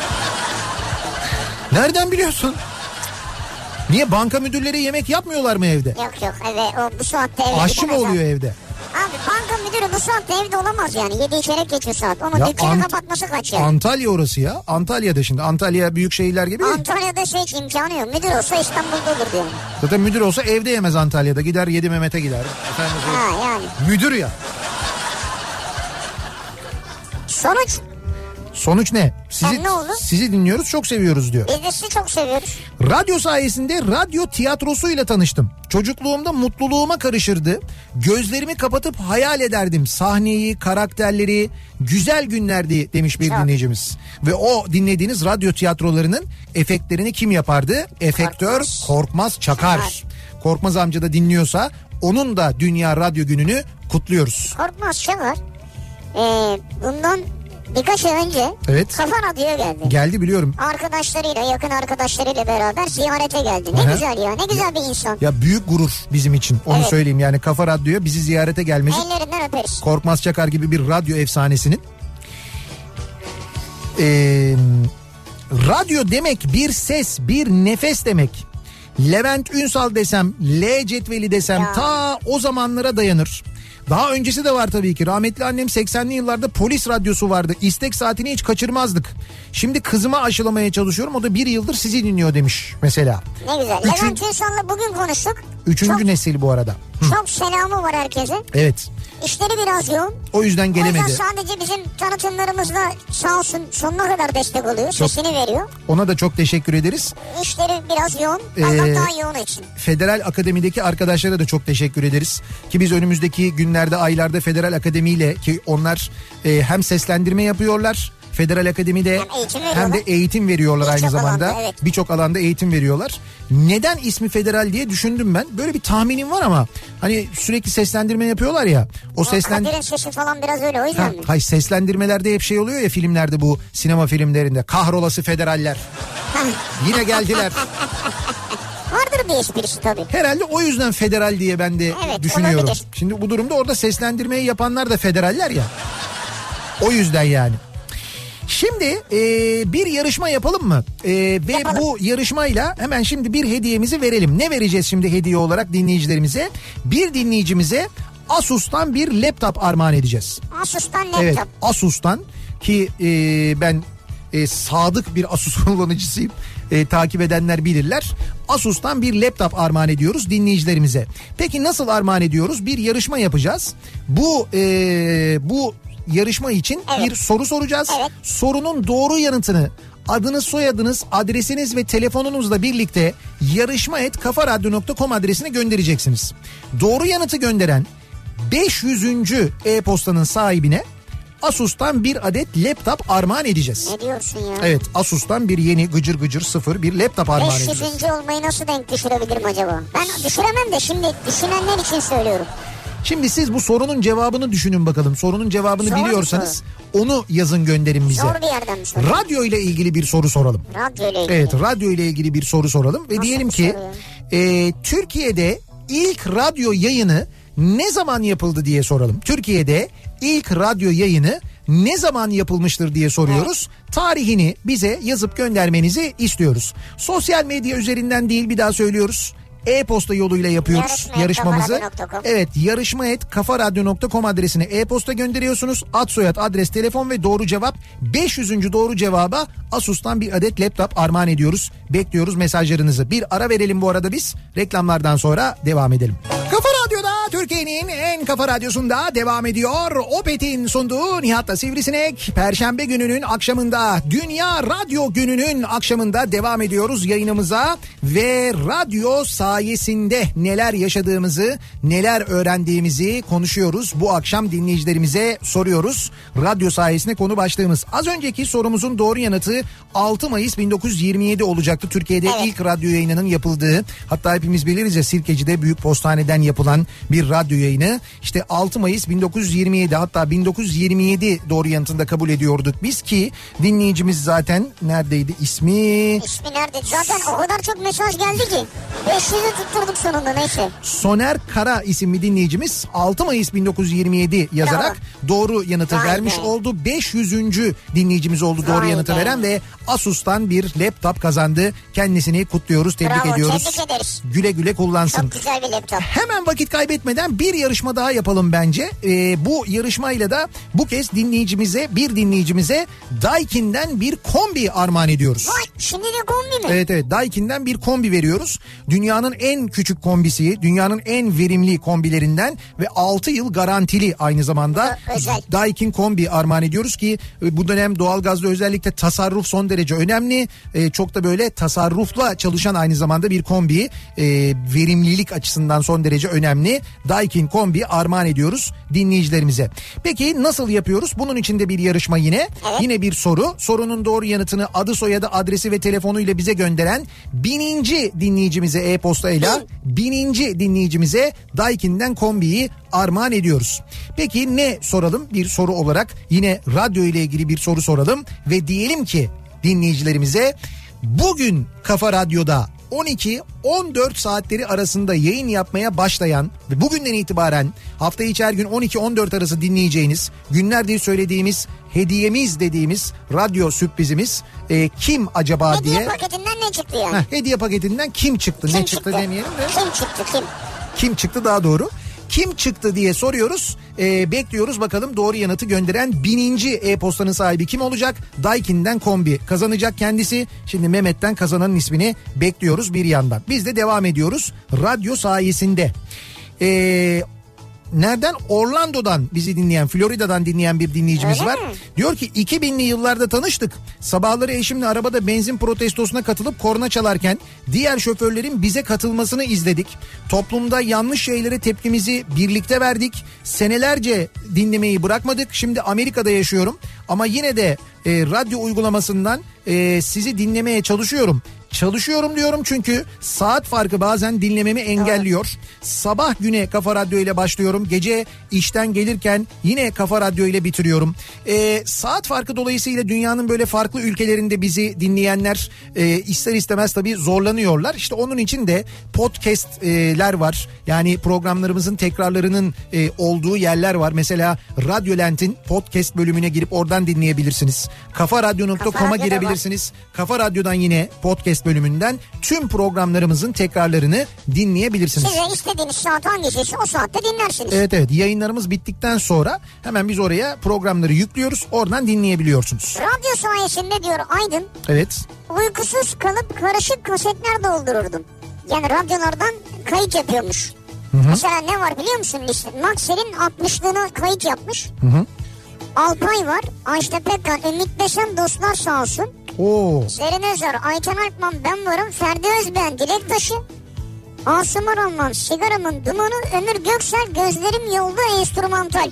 Nereden biliyorsun? Niye, banka müdürleri yemek yapmıyorlar mı evde? Yok yok, eve o bu saatte eve Aşçı mı oluyor abi. evde? Abi banka müdürü bu saatte evde olamaz yani. Yedi çeyrek geçiyor saat. Onun Ya dükkanı Ant- kapatması kaç yani? Antalya orası ya. Antalya'da şimdi. Antalya büyük şehirler gibi değil. Antalya'da şey hiç imkanı yok. Müdür olsa İstanbul'da olur diyorum. Zaten müdür olsa evde yemez Antalya'da. Gider Yedi Mehmet'e gider. Efendim, Ha yani. müdür ya. Sonuç? Sonuç ne? Sizi, Ha, ne oldu? Sizi dinliyoruz, çok seviyoruz diyor. Biz de sizi çok seviyoruz. Radyo sayesinde radyo tiyatrosuyla tanıştım. Çocukluğumda mutluluğuma karışırdı. Gözlerimi kapatıp hayal ederdim sahneyi, karakterleri. Güzel günlerdi demiş bir Çok. dinleyicimiz. Ve o dinlediğiniz radyo tiyatrolarının efektlerini kim yapardı? Efektör Korkmaz, Korkmaz Çakar. Çakar. Korkmaz amca da dinliyorsa onun da Dünya Radyo Günü'nü kutluyoruz. Korkmaz Çakar. Ee, bundan birkaç ay önce Evet. Kafa Radyo'ya geldi. Geldi biliyorum. Arkadaşlarıyla, yakın arkadaşlarıyla beraber ziyarete geldi. Ne Aha. güzel ya, ne güzel bir insan. Ya büyük gurur bizim için, onu Evet. söyleyeyim. Yani Kafa Radyo'ya bizi ziyarete gelmesi. Ellerinden öperiz. Korkmaz Çakar gibi bir radyo efsanesinin. Ee, radyo demek bir ses, bir nefes demek. Levent Ünsal desem, L cetveli desem Ya. ta o zamanlara dayanır. Daha öncesi de var tabii ki. Rahmetli annem seksenli yıllarda polis radyosu vardı. İstek saatini hiç kaçırmazdık. Şimdi kızıma aşılamaya çalışıyorum. O da bir yıldır sizi dinliyor demiş mesela. Ne güzel. Üçün- Levent Ünsal'la bugün konuştuk. Üçüncü çok, nesil bu arada. çok selamı var herkese. Evet. İşleri biraz yoğun. O yüzden O gelemedi. yüzden sadece bizim tanıtımlarımızda sağ olsun sonuna kadar destek oluyor. Sesini veriyor. Ona da çok teşekkür ederiz. İşleri biraz yoğun. Ee, Allah daha yoğun için. Federal Akademi'deki arkadaşlara da çok teşekkür ederiz. Ki biz önümüzdeki günlerde, aylarda Federal Akademi ile, ki onlar e, hem seslendirme yapıyorlar Federal Akademi'de, Hem eğitim hem veriyorlar. de eğitim veriyorlar aynı Birçok zamanda. alanda, evet. Birçok alanda eğitim veriyorlar. Neden ismi Federal diye düşündüm ben. Böyle bir tahminim var ama hani sürekli seslendirme yapıyorlar ya. O O seslen Kadir'in sesi falan biraz öyle, o Ha, yüzden mi? hayır, seslendirmelerde hep şey oluyor ya, filmlerde, bu sinema filmlerinde, kahrolası federaller. Yine geldiler. Vardır bir esprisi tabii. Herhalde o yüzden federal diye ben de Evet, düşünüyorum. olabilir. Şimdi bu durumda orada seslendirmeyi yapanlar da federaller ya. O yüzden yani. Şimdi e, bir yarışma yapalım mı? E, ve Yapalım. bu yarışmayla hemen şimdi bir hediyemizi verelim. Ne vereceğiz şimdi hediye olarak dinleyicilerimize? Bir dinleyicimize Asus'tan bir laptop armağan edeceğiz. Asus'tan laptop. Evet, Asus'tan, ki e, ben e, sadık bir Asus kullanıcısıyım. E, takip edenler bilirler. Asus'tan bir laptop armağan ediyoruz dinleyicilerimize. Peki nasıl armağan ediyoruz? Bir yarışma yapacağız. Bu e, bu yarışma için Evet. bir soru soracağız. Evet. Sorunun doğru yanıtını adınız, soyadınız, adresiniz ve telefonunuzla birlikte yarışma et kafaradyo nokta com adresine göndereceksiniz. Doğru yanıtı gönderen beş yüzüncü e-postanın sahibine Asus'tan bir adet laptop armağan edeceğiz. Ne diyorsun ya? Evet, Asus'tan bir yeni gıcır gıcır sıfır bir laptop armağan beş edeceğiz. yüzüncü olmayı nasıl denk düşürebilirim acaba? Ben düşüremem de şimdi düşünenler için söylüyorum. Şimdi siz bu sorunun cevabını düşünün bakalım. Sorunun cevabını Zor bir biliyorsanız onu yazın, gönderin bize. Zor bir yerden mi soruyorum? Radyo ile ilgili bir soru soralım. Radyo ile ilgili. Evet, radyo ile ilgili bir soru soralım ve Nasıl diyelim bir ki soru e, Türkiye'de ilk radyo yayını ne zaman yapıldı diye soralım. Türkiye'de ilk radyo yayını ne zaman yapılmıştır diye soruyoruz. Tarihini bize yazıp göndermenizi istiyoruz. Sosyal medya üzerinden değil, bir daha söylüyoruz. E-posta yoluyla yapıyoruz Yarışma et yarışmamızı. kafaradyo nokta com. Evet, yarışma et kafaradyo nokta com adresine e-posta gönderiyorsunuz. Ad, soyad, adres, telefon ve doğru cevap. beş yüzüncü doğru cevaba Asus'tan bir adet laptop armağan ediyoruz. Bekliyoruz mesajlarınızı. Bir ara verelim bu arada biz. Reklamlardan sonra devam edelim. Kafa Radyo'da, Türkiye'nin en kafa radyosunda devam ediyor. Opet'in sunduğu Nihat'la Sivrisinek. Perşembe gününün akşamında, Dünya Radyo Günü'nün akşamında devam ediyoruz yayınımıza. Ve radyo sayesinde neler yaşadığımızı, neler öğrendiğimizi konuşuyoruz. Bu akşam dinleyicilerimize soruyoruz. Radyo sayesinde konu başlığımız. Az önceki sorumuzun doğru yanıtı altı Mayıs bin dokuz yüz yirmi yedi olacaktı. Türkiye'de Evet. ilk radyo yayınının yapıldığı, hatta hepimiz biliriz ya, Sirkeci'de Büyük Postane'den yapılan bir radyo yayını. İşte altı Mayıs bin dokuz yüz yirmi yedi, hatta bin dokuz yüz yirmi yedi doğru yanıtında kabul ediyorduk biz, ki dinleyicimiz zaten neredeydi ismi? İsmi nerede? Zaten o kadar çok mesaj geldi ki. beş yüzü tutturduk sonunda, neyse. Soner Kara isimli dinleyicimiz altı Mayıs bin dokuz yüz yirmi yedi yazarak doğru yanıtı Vay vermiş be. oldu. beş yüzüncü dinleyicimiz oldu doğru Vay yanıtı be. veren ve Asus'tan bir laptop kazandı. Kendisini kutluyoruz, tebrik Bravo, ediyoruz. tebrik ederiz. Güle güle kullansın. Çok güzel bir laptop. Hemen vakit kaybetmeden bir yarışma daha yapalım bence. Ee, bu yarışmayla da bu kez dinleyicimize, bir dinleyicimize Daikin'den bir kombi armağan ediyoruz. Vay, şimdi de kombi mi? Evet evet, Daikin'den bir kombi veriyoruz. Dünyanın en küçük kombisi, dünyanın en verimli kombilerinden ve altı yıl garantili aynı zamanda özel. Daikin Kombi armağan ediyoruz ki bu dönem doğalgazda özellikle tasarruf son derece önemli. Ee, çok da böyle tasarrufla çalışan aynı zamanda bir kombi, e, verimlilik açısından son derece önemli. Daikin Kombi armağan ediyoruz dinleyicilerimize. Peki nasıl yapıyoruz? Bunun için de bir yarışma yine. Evet. Yine bir soru. Sorunun doğru yanıtını adı, soyadı, adresi ve telefonuyla bize gönderen bininci dinleyicimize e-postayla bininci dinleyicimize Daikin'den Kombi'yi armağan ediyoruz. Peki ne soralım? Bir soru olarak yine radyo ile ilgili bir soru soralım ve diyelim ki dinleyicilerimize bugün Kafa Radyo'da on iki on dört saatleri arasında yayın yapmaya başlayan ve bugünden itibaren hafta içi her gün on iki on dört arası dinleyeceğiniz, günlerdir söylediğimiz hediyemiz dediğimiz radyo sürprizimiz e, kim acaba hediye diye. Hediye paketinden ne çıktı yani? Heh, hediye paketinden kim çıktı? Kim ne çıktı, çıktı demeyelim de. Kim çıktı kim? Kim çıktı daha doğru. Kim çıktı diye soruyoruz. Ee, bekliyoruz bakalım doğru yanıtı gönderen bininci e-postanın sahibi kim olacak? Daikin'den Kombi kazanacak kendisi. Şimdi Mehmet'ten kazananın ismini bekliyoruz bir yandan. Biz de devam ediyoruz radyo sayesinde. Eee... Nereden? Orlando'dan bizi dinleyen, Florida'dan dinleyen bir dinleyicimiz Öyle var. mi? Diyor ki iki binli yıllarda tanıştık. Sabahları eşimle arabada benzin protestosuna katılıp korna çalarken diğer şoförlerin bize katılmasını izledik. Toplumda yanlış şeylere tepkimizi birlikte verdik. Senelerce dinlemeyi bırakmadık. Şimdi Amerika'da yaşıyorum ama yine de e, radyo uygulamasından e, sizi dinlemeye çalışıyorum. Çalışıyorum diyorum çünkü saat farkı bazen dinlememi engelliyor. Sabah güne Kafa Radyo ile başlıyorum. Gece işten gelirken yine Kafa Radyo ile bitiriyorum. Ee, saat farkı dolayısıyla dünyanın böyle farklı ülkelerinde bizi dinleyenler e, ister istemez tabii zorlanıyorlar. İşte onun için de podcastler var. Yani programlarımızın tekrarlarının e, olduğu yerler var. Mesela Radyolent'in podcast bölümüne girip oradan dinleyebilirsiniz. kafa radyo nokta com'a girebilirsiniz. Kafa Radyo'dan yine podcast bölümünden tüm programlarımızın tekrarlarını dinleyebilirsiniz. Size istediğiniz saat hangisi o saatte dinlersiniz. Evet evet, yayınlarımız bittikten sonra hemen biz oraya programları yüklüyoruz, oradan dinleyebiliyorsunuz. Radyo sayesinde diyor Aydın. Evet. Uykusuz kalıp karışık kasetler doldururdum. Yani radyolardan kayıt yapıyormuş. Hı hı. Mesela ne var biliyor musun liste? Maksel'in altmışlığına kayıt yapmış. Hı hı. Alpay var, Ajda Pekkan, Ümit Besen, Dostlar Sağ Olsun. Oo. Zerrin Özer, Ayten Alpman, ben varım, Ferdi Özben, Dilek Taşı, Asım Aralman, Sigaramın Dumanı, Ömür Göksel, Gözlerim Yolda, Enstrümantal.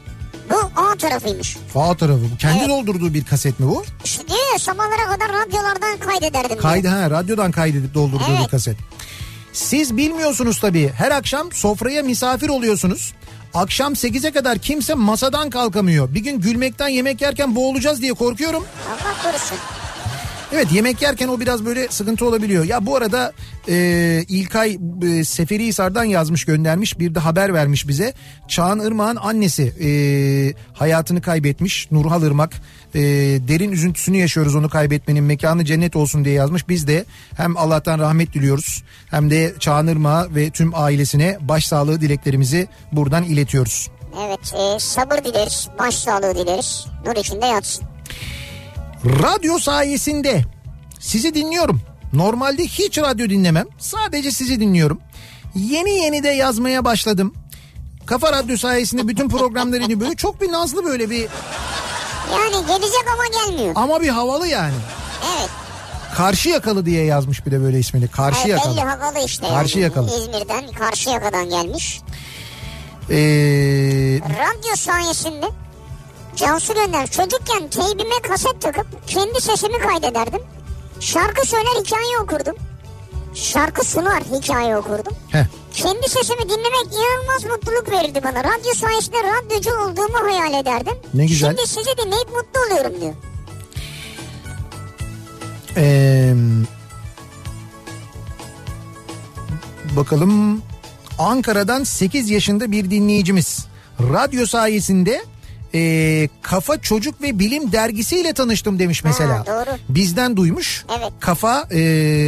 Bu A tarafıymış. A tarafı. Bu kendi evet. doldurduğu bir kaset mi bu? İşte diyor ya, sabahlara kadar radyolardan kaydederdim. Kaydı ha, radyodan kaydedip doldurduğu evet. bir kaset. Siz bilmiyorsunuz tabii, her akşam sofraya misafir oluyorsunuz. Akşam sekize kadar kimse masadan kalkamıyor. Bir gün gülmekten yemek yerken boğulacağız diye korkuyorum. Allah korusun. Evet, yemek yerken o biraz böyle sıkıntı olabiliyor. Ya bu arada e, İlkay e, Seferihisar'dan yazmış, göndermiş, bir de haber vermiş bize. Çağan Irmak'ın annesi e, hayatını kaybetmiş, Nurhal Irmak. E, derin üzüntüsünü yaşıyoruz onu kaybetmenin, mekanı cennet olsun diye yazmış. Biz de hem Allah'tan rahmet diliyoruz hem de Çağan Irmak'a ve tüm ailesine başsağlığı dileklerimizi buradan iletiyoruz. Evet, e, sabır dileriz, başsağlığı dileriz, nur içinde yatsın. Radyo sayesinde sizi dinliyorum. Normalde hiç radyo dinlemem. Sadece sizi dinliyorum. Yeni yeni de yazmaya başladım. Kafa Radyo sayesinde bütün programlarını böyle çok bir nazlı, böyle bir... Yani gelecek ama gelmiyor. Ama bir havalı yani. Evet. Karşıyakalı diye yazmış bir de böyle ismini. Karşıyakalı. Evet, belli havalı işte. Karşıyakalı. Yani. İzmir'den, Karşıyaka'dan gelmiş. Ee... Radyo sayesinde Cansu gönder. Çocukken teybime kaset takıp kendi sesimi kaydederdim. Şarkı söyler, hikaye okurdum. Şarkı sunar, hikaye okurdum. Heh. Kendi sesimi dinlemek inanılmaz mutluluk verirdi bana. Radyo sayesinde radyocu olduğumu hayal ederdim. Ne güzel. Şimdi sizi dinleyip mutlu oluyorum diyor. Ee... Bakalım, Ankara'dan sekiz yaşında bir dinleyicimiz. Radyo sayesinde e, Kafa Çocuk ve Bilim dergisiyle tanıştım demiş mesela. Ha, doğru. Bizden duymuş. Evet. Kafa e,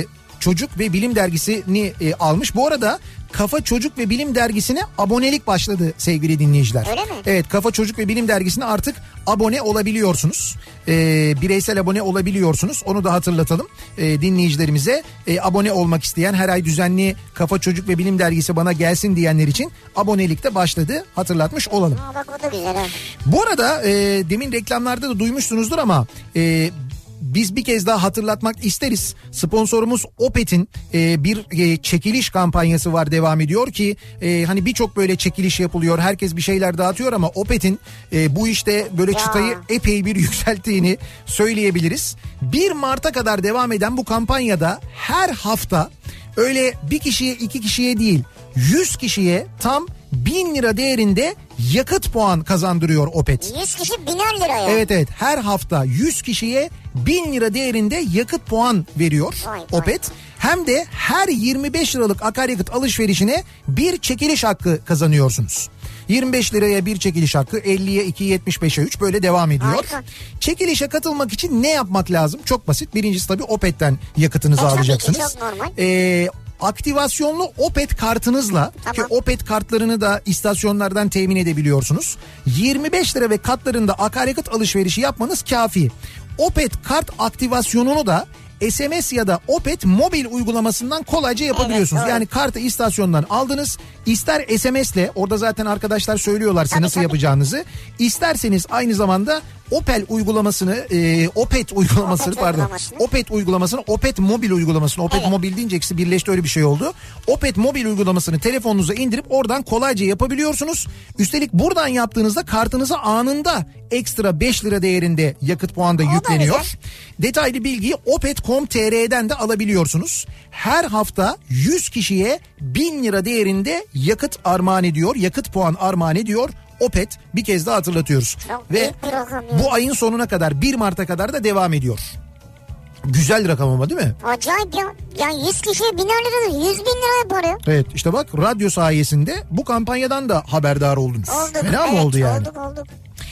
Çocuk ve Bilim Dergisi'ni e, almış. Bu arada Kafa Çocuk ve Bilim Dergisi'ne abonelik başladı sevgili dinleyiciler. Öyle mi? Evet, Kafa Çocuk ve Bilim Dergisi'ne artık abone olabiliyorsunuz. Ee, bireysel abone olabiliyorsunuz. Onu da hatırlatalım ee, dinleyicilerimize. Ee, abone olmak isteyen, her ay düzenli Kafa Çocuk ve Bilim Dergisi bana gelsin diyenler için abonelik de başladı. Hatırlatmış olalım. Aa, bak o da güzel ha. Bu arada e, demin reklamlarda da duymuşsunuzdur ama... E, Biz bir kez daha hatırlatmak isteriz. Sponsorumuz Opet'in e, bir e, çekiliş kampanyası var, devam ediyor ki e, hani birçok böyle çekiliş yapılıyor. Herkes bir şeyler dağıtıyor ama Opet'in e, bu işte böyle ya. çıtayı epey bir yükselttiğini söyleyebiliriz. bir Mart'a kadar devam eden bu kampanyada her hafta öyle bir kişiye iki kişiye değil yüz kişiye tam bin lira değerinde yakıt puan kazandırıyor Opet. yüz kişi biner lira ya. Evet evet, her hafta yüz kişiye bin lira değerinde yakıt puan veriyor vay, vay. Opet. Hem de her yirmi beş liralık akaryakıt alışverişine bir çekiliş hakkı kazanıyorsunuz. yirmi beş liraya bir çekiliş hakkı, elliye iki, yetmiş beşe üç böyle devam ediyor. Harika. Çekilişe katılmak için ne yapmak lazım? Çok basit. Birincisi tabii Opet'ten yakıtınızı e, alacaksınız. Tabii ki, çok normal. Ee, aktivasyonlu Opet kartınızla, tamam. ki Opet kartlarını da istasyonlardan temin edebiliyorsunuz. yirmi beş lira ve katlarında akaryakıt alışverişi yapmanız kafi. Opet kart aktivasyonunu da S M S ya da Opet mobil uygulamasından kolayca yapabiliyorsunuz. Evet, yani kartı istasyondan aldınız. İster S M S'le, orada zaten arkadaşlar söylüyorlar size tabii, nasıl tabii. yapacağınızı. İsterseniz aynı zamanda Opel uygulamasını, e, Opet uygulamasını Opet pardon. uygulamasını. Opet uygulamasını, Opet mobil uygulamasını. Opet evet. mobil deyince ikisi birleşti, öyle bir şey oldu. Opet mobil uygulamasını telefonunuza indirip oradan kolayca yapabiliyorsunuz. Üstelik buradan yaptığınızda kartınıza anında ekstra beş lira değerinde yakıt puanı da yükleniyor. Detaylı bilgiyi opet nokta com nokta tr'den de alabiliyorsunuz. Her hafta yüz kişiye bin lira değerinde yakıt armağan ediyor, yakıt puan armağan ediyor Opet, bir kez daha hatırlatıyoruz. Çok ve bu ayın sonuna kadar, bir Mart'a kadar da devam ediyor. Güzel rakam ama, değil mi? Acayip ya. Yani yüz kişiye biner lira, yüz bin lira yapar ya. Evet, işte bak, radyo sayesinde bu kampanyadan da haberdar oldunuz. Olduk. Fena evet, mı oldu yani? Olduk olduk.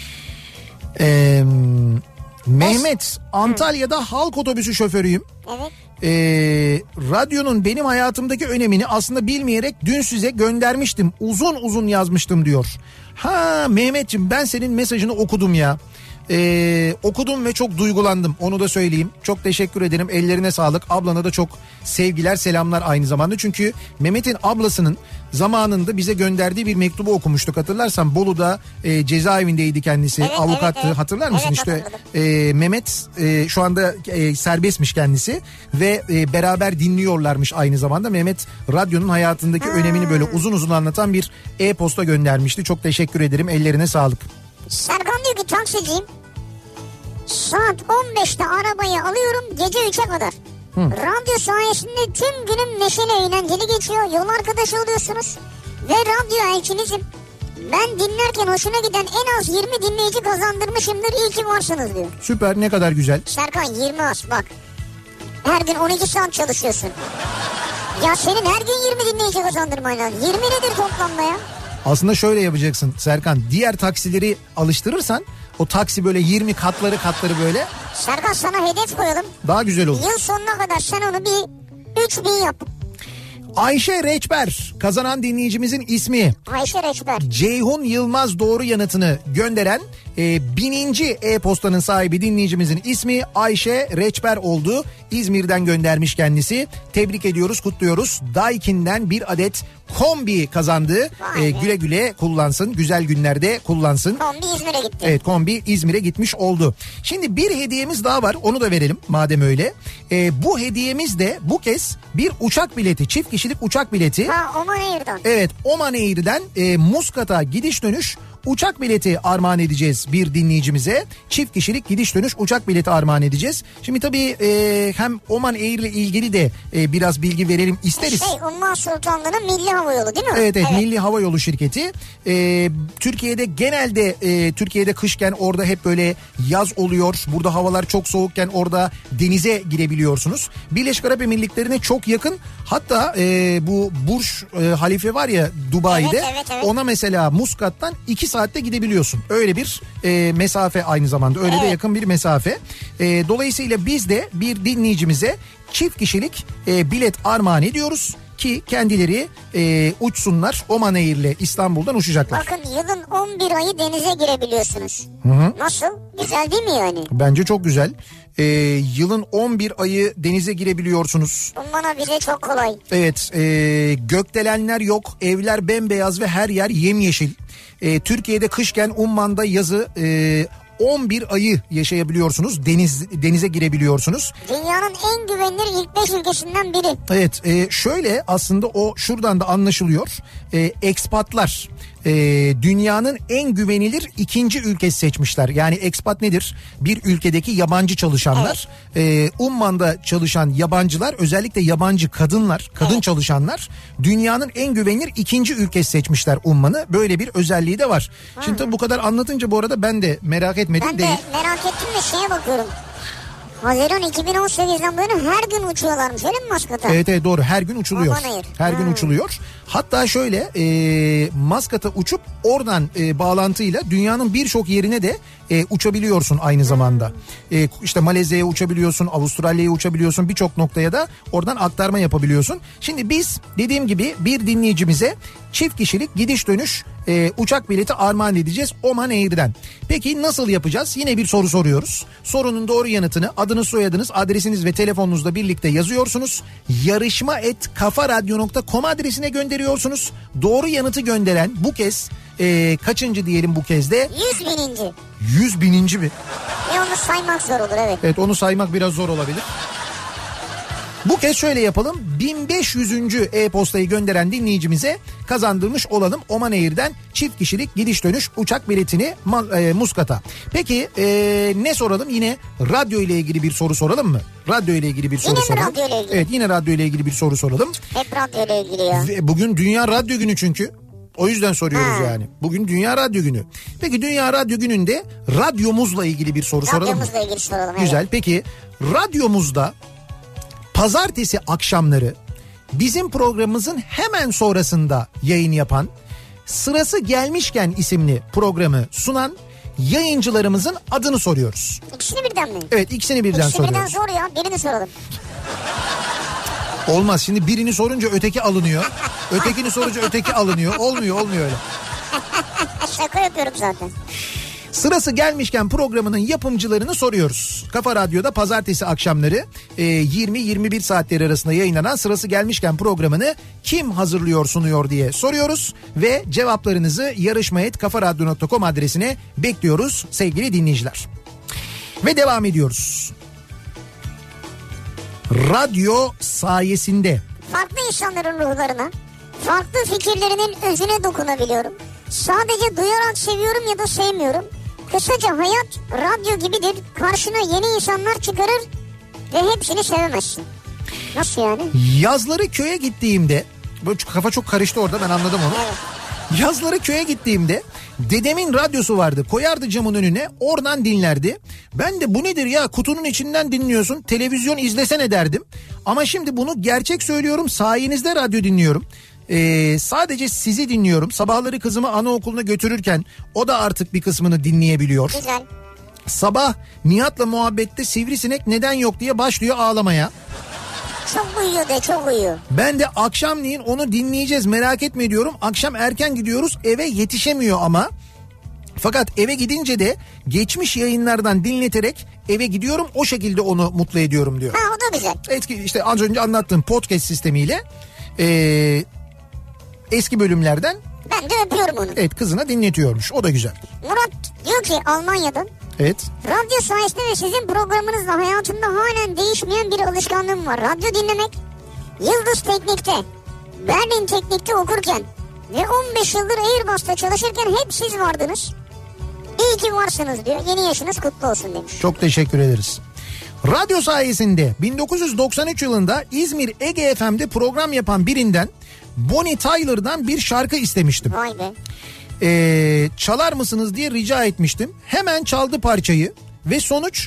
Ee, Mehmet, Antalya'da Hı. halk otobüsü şoförüyüm. Evet. Ee, radyonun benim hayatımdaki önemini aslında bilmeyerek dün size göndermiştim. Uzun uzun yazmıştım diyor. Ha Mehmetciğim, ben senin mesajını okudum ya. Ee, okudum ve çok duygulandım, onu da söyleyeyim. Çok teşekkür ederim, ellerine sağlık. Ablana da çok sevgiler, selamlar aynı zamanda. Çünkü Mehmet'in ablasının zamanında bize gönderdiği bir mektubu okumuştuk, hatırlarsan. Bolu'da e, cezaevindeydi kendisi, evet, avukattı, evet, evet. hatırlar mısın? Evet, işte e, Mehmet e, şu anda e, serbestmiş kendisi ve e, beraber dinliyorlarmış aynı zamanda. Mehmet radyonun hayatındaki hmm. önemini böyle uzun uzun anlatan bir e-posta göndermişti. Çok teşekkür ederim, ellerine sağlık. Serkan diyor ki taksiciyim. Saat on beşte arabayı alıyorum gece üçe kadar. Hı. Radyo sayesinde tüm günüm neşeli, eğlenceli geçiyor. Yol arkadaşı oluyorsunuz. Ve radyo elçinizim. Ben dinlerken hoşuna giden en az yirmi dinleyici kazandırmışımdır. İyi ki varsınız diyor. Süper, ne kadar güzel. Serkan, yirmi az bak. Her gün on iki saat çalışıyorsun. Ya senin her gün yirmi dinleyici kazandırman lazım. yirmi nedir toplamda ya? Aslında şöyle yapacaksın Serkan. Diğer taksileri alıştırırsan o taksi böyle yirmi katları katları böyle. Serkan, sana hedef koyalım. Daha güzel olur. Yıl sonuna kadar sen onu bir üç bin yap. Ayşe Reçber kazanan dinleyicimizin ismi. Ayşe Reçber. Ceyhun Yılmaz doğru yanıtını gönderen e, bininci e-postanın sahibi dinleyicimizin ismi Ayşe Reçber oldu. İzmir'den göndermiş kendisi. Tebrik ediyoruz, kutluyoruz. Daikin'den bir adet kombi kazandı. E, güle güle kullansın, güzel günlerde kullansın. Kombi İzmir'e gitti. Evet, kombi İzmir'e gitmiş oldu. Şimdi bir hediyemiz daha var, onu da verelim madem öyle. E, bu hediyemiz de bu kez bir uçak bileti, çift kişilik uçak bileti. Ha, Oman Air'dan. Evet, Oman Air'den e, Muskat'a gidiş dönüş uçak bileti armağan edeceğiz bir dinleyicimize. Çift kişilik gidiş dönüş uçak bileti armağan edeceğiz. Şimdi tabii e, hem Oman Air ile ilgili de e, biraz bilgi verelim isteriz. Şey, Umman Sultanlı'nın Milli Hava Yolu değil mi? Evet, evet, evet. Milli Hava Yolu şirketi. E, Türkiye'de genelde e, Türkiye'de kışken orada hep böyle yaz oluyor. Burada havalar çok soğukken orada denize girebiliyorsunuz. Birleşik Arap Emirlikleri'ne çok yakın. Hatta e, bu Burj e, Halife var ya Dubai'de. Evet, evet, evet. Ona mesela Muskat'tan iki saatte gidebiliyorsun. Öyle bir e, mesafe aynı zamanda. Öyle evet. de yakın bir mesafe. E, dolayısıyla biz de bir dinleyicimize çift kişilik e, bilet armağan ediyoruz. Ki kendileri e, uçsunlar. Oman Air'le İstanbul'dan uçacaklar. Bakın yılın on bir ayı denize girebiliyorsunuz. Hı hı. Nasıl? Güzel değil mi yani? Bence çok güzel. E, yılın on bir ayı denize girebiliyorsunuz. Ummana bize çok kolay. Evet. E, gökdelenler yok. Evler bembeyaz ve her yer yemyeşil. E, Türkiye'de kışken Umman'da yazı... E, on bir ayı yaşayabiliyorsunuz. Deniz denize girebiliyorsunuz. Dünyanın en güvenilir ilk beş ülkesinden biri. Evet, e, şöyle aslında o şuradan da anlaşılıyor. E, ekspatlar e, dünyanın en güvenilir ikinci ülkesi seçmişler. Yani ekspat nedir? Bir ülkedeki yabancı çalışanlar. Evet. E, Umman'da çalışan yabancılar, özellikle yabancı kadınlar, kadın evet. çalışanlar dünyanın en güvenilir ikinci ülkesi seçmişler Umman'ı. Böyle bir özelliği de var. Ha. Şimdi tabii bu kadar anlatınca bu arada ben de merak etmedim. Ben değil. de merak ettim de şeye bakıyorum. Haziran iki bin on sekizden bu yana her gün uçuyorlarmış, öyle mi Maskat'a? Evet evet doğru, her gün uçuluyor. Aman her hmm. gün uçuluyor. Hatta şöyle e, Maskat'a uçup oradan e, bağlantıyla dünyanın birçok yerine de e, uçabiliyorsun aynı zamanda. Hmm. E, işte Malezya'ya uçabiliyorsun, Avustralya'ya uçabiliyorsun, birçok noktaya da oradan aktarma yapabiliyorsun. Şimdi biz dediğim gibi bir dinleyicimize çift kişilik gidiş dönüş e, uçak bileti armağan edeceğiz Oman Air'den. Peki nasıl yapacağız? Yine bir soru soruyoruz. Sorunun doğru yanıtını adınız, soyadınız, adresiniz ve telefonunuzla birlikte yazıyorsunuz. yarışma et kafaradyo nokta com adresine gönderiyorsunuz. Doğru yanıtı gönderen bu kez e, kaçıncı diyelim bu kez de? Yüz bininci. Yüz bininci mi? E onu saymak zor olur, evet. Evet, onu saymak biraz zor olabilir. Bu kez şöyle yapalım. bin beş yüzüncü e-postayı gönderen dinleyicimize kazandırmış olalım Oman Air'den çift kişilik gidiş dönüş uçak biletini e, Muskat'a. Peki e, ne soralım? Yine radyo ile ilgili bir soru soralım mı? Radyo ile ilgili bir soru yine soralım. Radyo ile ilgili? Evet, yine radyo ile ilgili bir soru soralım. Hep radyo ile ilgili ya. Ve bugün Dünya Radyo Günü çünkü. O yüzden soruyoruz ha. yani. Bugün Dünya Radyo Günü. Peki Dünya Radyo Günü'nde radyomuzla ilgili bir soru soralım mı? Radyomuzla ilgili soralım. Güzel. Evet. Peki radyomuzda pazartesi akşamları bizim programımızın hemen sonrasında yayın yapan Sırası Gelmişken isimli programı sunan yayıncılarımızın adını soruyoruz. İkisini birden mi? Evet, ikisini birden İkisini soruyoruz. İkisini birden sor ya, birini soralım. Olmaz, şimdi birini sorunca öteki alınıyor. Ötekini sorunca öteki alınıyor. Olmuyor olmuyor öyle. Şaka yapıyorum zaten. Sırası Gelmişken programının yapımcılarını soruyoruz. Kafa Radyo'da pazartesi akşamları e, yirmi yirmi bir saatleri arasında yayınlanan Sırası Gelmişken programını kim hazırlıyor, sunuyor diye soruyoruz. Ve cevaplarınızı yarışma et kafaradyo nokta com adresine bekliyoruz sevgili dinleyiciler. Ve devam ediyoruz. Radyo sayesinde farklı insanların ruhlarına, farklı fikirlerinin özüne dokunabiliyorum. Sadece duyarak seviyorum ya da sevmiyorum. Kısaca hayat radyo gibidir. Karşına yeni insanlar çıkarır ve hepsini sevemezsin. Nasıl yani? Yazları köye gittiğimde, böyle kafa çok karıştı orada, ben anladım onu. Evet. Yazları köye gittiğimde dedemin radyosu vardı. Koyardı camın önüne, oradan dinlerdi. Ben de bu nedir ya, kutunun içinden dinliyorsun, televizyon izlesene derdim. Ama şimdi bunu gerçek söylüyorum, sayenizde radyo dinliyorum. Ee, sadece sizi dinliyorum. Sabahları kızımı anaokuluna götürürken o da artık bir kısmını dinleyebiliyor. Güzel. Sabah Nihat'la muhabbette sivrisinek neden yok diye başlıyor ağlamaya. Çok uyuyor de, çok uyuyor. Ben de akşamleyin onu dinleyeceğiz, merak etme diyorum. Akşam erken gidiyoruz, eve yetişemiyor ama. Fakat eve gidince de geçmiş yayınlardan dinleterek eve gidiyorum, o şekilde onu mutlu ediyorum diyor. Ha, o da güzel. Etki, işte az önce anlattığım podcast sistemiyle Eee eski bölümlerden. Ben de öpüyorum onu. Evet, kızına dinletiyormuş. O da güzel. Murat diyor ki Almanya'dan. Evet. Radyo sayesinde ve sizin programınızla hayatımda halen değişmeyen bir alışkanlığım var. Radyo dinlemek. Yıldız Teknik'te, Berlin Teknik'te okurken ve on beş yıldır Airbus'ta çalışırken hep siz vardınız. İyi ki varsınız diyor. Yeni yaşınız kutlu olsun demiş. Çok teşekkür ederiz. Radyo sayesinde bin dokuz yüz doksan üç yılında İzmir Ege F M'de program yapan birinden Bonnie Tyler'dan bir şarkı istemiştim. Vay be. Ee, çalar mısınız diye rica etmiştim. Hemen çaldı parçayı ve sonuç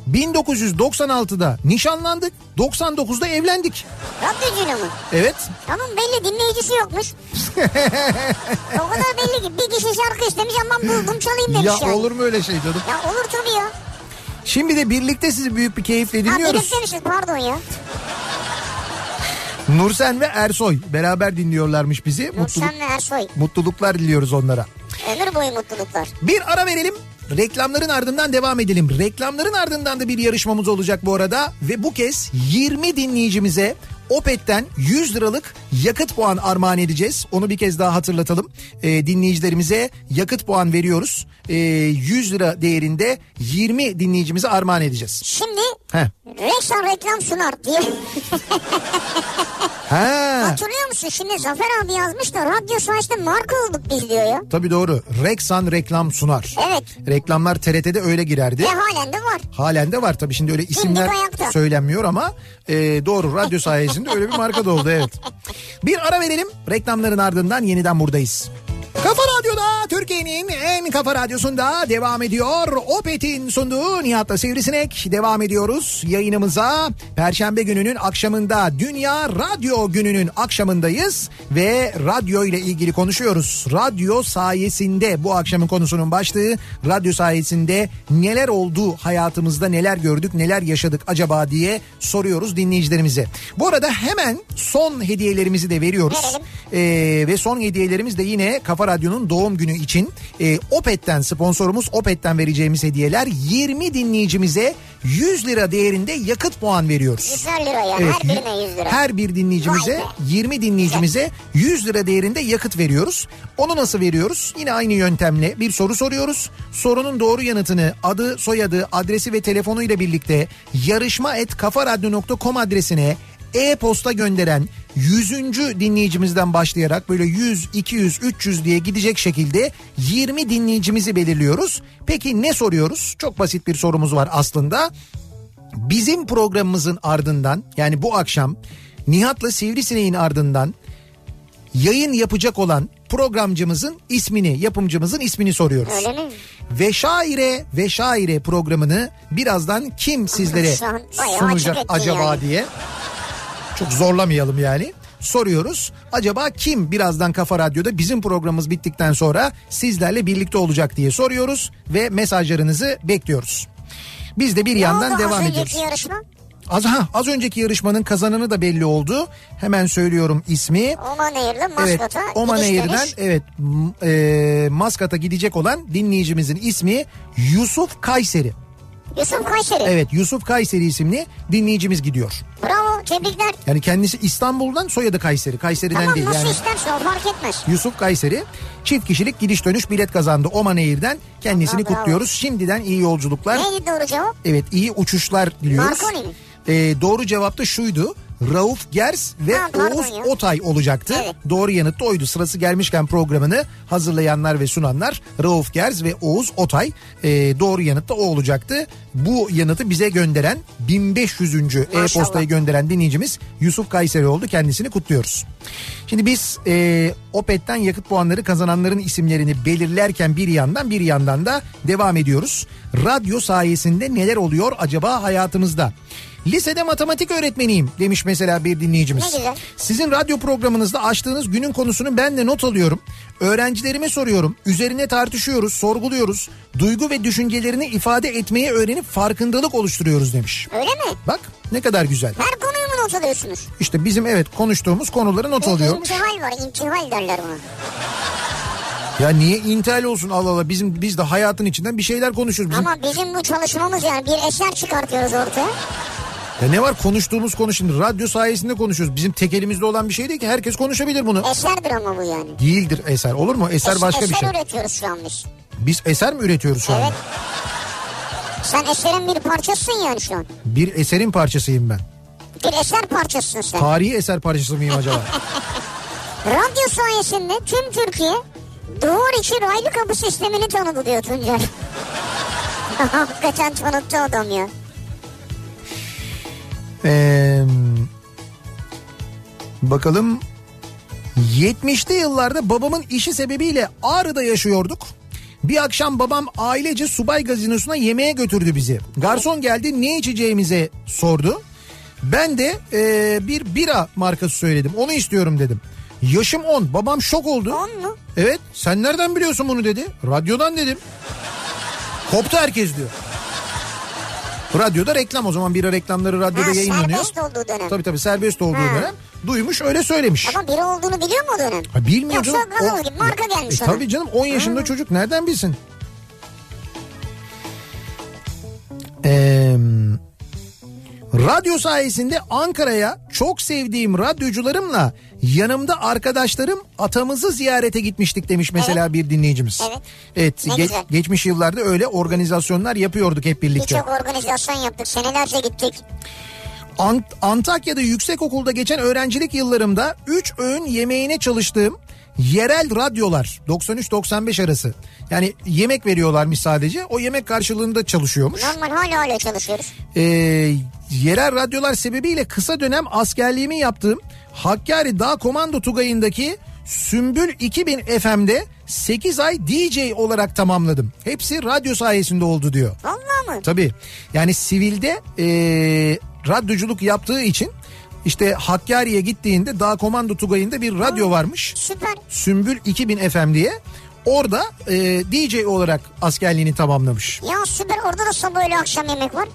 bin dokuz yüz doksan altıda nişanlandık, doksan dokuzda evlendik. Radyocuyla mı? Evet. Tamam, belli dinleyicisi yokmuş. O kadar belli ki bir kişi şarkı istemiş ama buldum çalayım demiş ya yani. Olur mu öyle şey canım? Ya olur tabii ya. Şimdi de birlikte sizi büyük bir keyifle dinliyoruz. Ha, birlikte misiniz, pardon ya. Nursen ve Ersoy beraber dinliyorlarmış bizi. Nursen Mutluluk, ve Ersoy. Mutluluklar diliyoruz onlara. Ömür boyu mutluluklar. Bir ara verelim. Reklamların ardından devam edelim. Reklamların ardından da bir yarışmamız olacak bu arada. Ve bu kez yirmi dinleyicimize Opet'ten yüz liralık yakıt puan armağan edeceğiz. Onu bir kez daha hatırlatalım. E, dinleyicilerimize yakıt puan veriyoruz. E, yüz lira değerinde yirmi dinleyicimize armağan edeceğiz. Şimdi Heh. Rexha reklam sunar diye. Ha. Hatırlıyor musun? Şimdi Zafer abi yazmış da radyo sayesinde marka olduk biz diyor ya. Tabii doğru. Rexhan reklam sunar. Evet. Reklamlar T R T'de öyle girerdi. Ve halen de var. Halen de var tabii, şimdi öyle isimler söylenmiyor ama e, doğru, radyo sayesinde öyle bir marka da oldu, evet. Bir ara verelim, reklamların ardından yeniden buradayız. Kafa Radyo'da, Türkiye'nin en kafa radyosunda devam ediyor. Opet'in sunduğu Nihat'la Sivrisinek devam ediyoruz yayınımıza. Perşembe gününün akşamında, Dünya Radyo Günü'nün akşamındayız ve radyo ile ilgili konuşuyoruz. Radyo sayesinde, bu akşamın konusunun başlığı, radyo sayesinde neler oldu hayatımızda, neler gördük, neler yaşadık acaba diye soruyoruz dinleyicilerimize. Bu arada hemen son hediyelerimizi de veriyoruz. Ee, ve son hediyelerimiz de yine Kafa Radyo'nun doğum günü için e, Opet'ten, sponsorumuz Opet'ten vereceğimiz hediyeler. Yirmi dinleyicimize yüz lira değerinde yakıt puan veriyoruz. yüz lira ya, evet, her birine yüz lira. Her bir dinleyicimize, yirmi dinleyicimize yüz lira değerinde yakıt veriyoruz. Onu nasıl veriyoruz? Yine aynı yöntemle bir soru soruyoruz. Sorunun doğru yanıtını, adı, soyadı, adresi ve telefonuyla birlikte yarışma et kafaradyo nokta com adresine e-posta gönderen yüzüncü dinleyicimizden başlayarak böyle yüz, iki yüz, üç yüz diye gidecek şekilde yirmi dinleyicimizi belirliyoruz. Peki ne soruyoruz? Çok basit bir sorumuz var aslında. Bizim programımızın ardından, yani bu akşam Nihat'la Sivrisinek'in ardından yayın yapacak olan programcımızın ismini, yapımcımızın ismini soruyoruz. Öyle mi? Ve Şaire ve Şaire programını birazdan kim sizlere sunacak acaba yani diye. Çok zorlamayalım yani. Soruyoruz. Acaba kim birazdan Kafa Radyo'da bizim programımız bittikten sonra sizlerle birlikte olacak diye soruyoruz ve mesajlarınızı bekliyoruz. Biz de bir ne yandan oldu, devam ediyoruz. Yarışma? Az, ha, az önceki yarışmanın kazananı da belli oldu. Hemen söylüyorum ismi. Omanehir'den Maskat'a evet, Omanehir'den evet e, Maskat'a gidecek olan dinleyicimizin ismi Yusuf Kayseri. Yusuf Kayseri. Evet, Yusuf Kayseri isimli dinleyicimiz gidiyor. Bravo, tebrikler. Yani kendisi İstanbul'dan, soyadı Kayseri. Kayseri'den tamam, değil. Tamam, nasıl yani isterse o fark etmez. Yusuf Kayseri çift kişilik gidiş dönüş bilet kazandı Omanehir'den. Kendisini bravo, kutluyoruz. Bravo. Şimdiden iyi yolculuklar. Neydi doğru cevap? Evet, iyi uçuşlar diliyoruz. Marconi mi? Ee, doğru cevap da şuydu. Rauf Gers ve ha, Oğuz ya. Otay olacaktı. Evet. Doğru yanıt da oydu. Sırası gelmişken programını hazırlayanlar ve sunanlar Rauf Gers ve Oğuz Otay. Ee, doğru yanıt da o olacaktı. Bu yanıtı bize gönderen bin beş yüzüncü e-postayı gönderen dinleyicimiz Yusuf Kayseri oldu. Kendisini kutluyoruz. Şimdi biz e, Opet'ten yakıt puanları kazananların isimlerini belirlerken bir yandan bir yandan da devam ediyoruz. Radyo sayesinde neler oluyor acaba hayatımızda? Lisede matematik öğretmeniyim demiş mesela bir dinleyicimiz. Ne güzel. Sizin radyo programınızda açtığınız günün konusunu ben de not alıyorum. Öğrencilerime soruyorum. Üzerine tartışıyoruz, sorguluyoruz. Duygu ve düşüncelerini ifade etmeyi öğrenip farkındalık oluşturuyoruz demiş. Öyle mi? Bak ne kadar güzel. Her konuyu mu not alıyorsunuz? İşte bizim evet konuştuğumuz konuları not alıyorum. İntihal var, intihal derler buna. Ya niye intihal olsun, Allah Allah, bizim biz de hayatın içinden bir şeyler konuşuyoruz. Bizim... Ama bizim bu çalışmamız yani bir eser çıkartıyoruz ortaya. Ya ne var konuştuğumuz konu, şimdi radyo sayesinde konuşuyoruz. Bizim tek elimizde olan bir şey değil ki, herkes konuşabilir bunu. Eserdir ama bu yani. Değildir eser, olur mu? Eser es- başka eser bir şey. Eser üretiyoruz şu an biz. Biz eser mi üretiyoruz şu an? Evet. Sen eserin bir parçasısın yani şu an. Bir eserin parçasıyım ben. Bir eser parçasısın sen. Tarihi eser parçası mıyım acaba? Radyo sayesinde tüm Türkiye duvar içi raylı kapı sistemini tanıdı diyor Tuncer. Hakikaten tanıttı adam ya. Ee, bakalım, yetmişli yıllarda babamın işi sebebiyle Ağrı'da yaşıyorduk. Bir akşam babam ailece Subay Gazinosu'na yemeğe götürdü bizi. Garson geldi, ne içeceğimize sordu. Ben de e, bir bira markası söyledim. Onu istiyorum dedim. Yaşım on. Babam şok oldu. on mu? Evet. Sen nereden biliyorsun bunu dedi. Radyodan dedim. Koptu herkes diyor. Radyoda reklam, o zaman bira reklamları radyoda ha, yayınlanıyor. Serbest olduğu dönem. Tabii tabii serbest olduğu ha. dönem. Duymuş, öyle söylemiş. Ama biri olduğunu biliyor mu o dönem? Ha, bilmiyor Yoksa canım. gazoz gibi marka e, gelmiş e, ona. Tabii canım, on yaşında ha. çocuk nereden bilsin? Eee... Radyo sayesinde Ankara'ya çok sevdiğim radyocularımla yanımda arkadaşlarım atamızı ziyarete gitmiştik demiş mesela evet. bir dinleyicimiz. Evet. Evet. Ge- geçmiş yıllarda öyle organizasyonlar yapıyorduk hep birlikte. Birçok organizasyon yaptık, senelerce gittik. Ant- Antakya'da yüksekokulda geçen öğrencilik yıllarımda üç öğün yemeğine çalıştığım yerel radyolar doksan üç doksan beş arası. Yani yemek veriyorlarmış sadece. O yemek karşılığında çalışıyormuş. Normal hala hala çalışıyoruz. Ee, yerel radyolar sebebiyle kısa dönem askerliğimi yaptığım Hakkari Dağ Komando Tugayı'ndaki Sümbül iki bin F M'de sekiz ay D J olarak tamamladım. Hepsi radyo sayesinde oldu diyor. Vallahi mı? Tabii. Yani sivilde ee, radyoculuk yaptığı için İşte Hakkari'ye gittiğinde Dağ Komando Tugayı'nda bir radyo varmış. Süper. Sümbül iki bin F M diye. Orada e, D J olarak askerliğini tamamlamış. Ya süper, orada da sabah öyle akşam yemek var.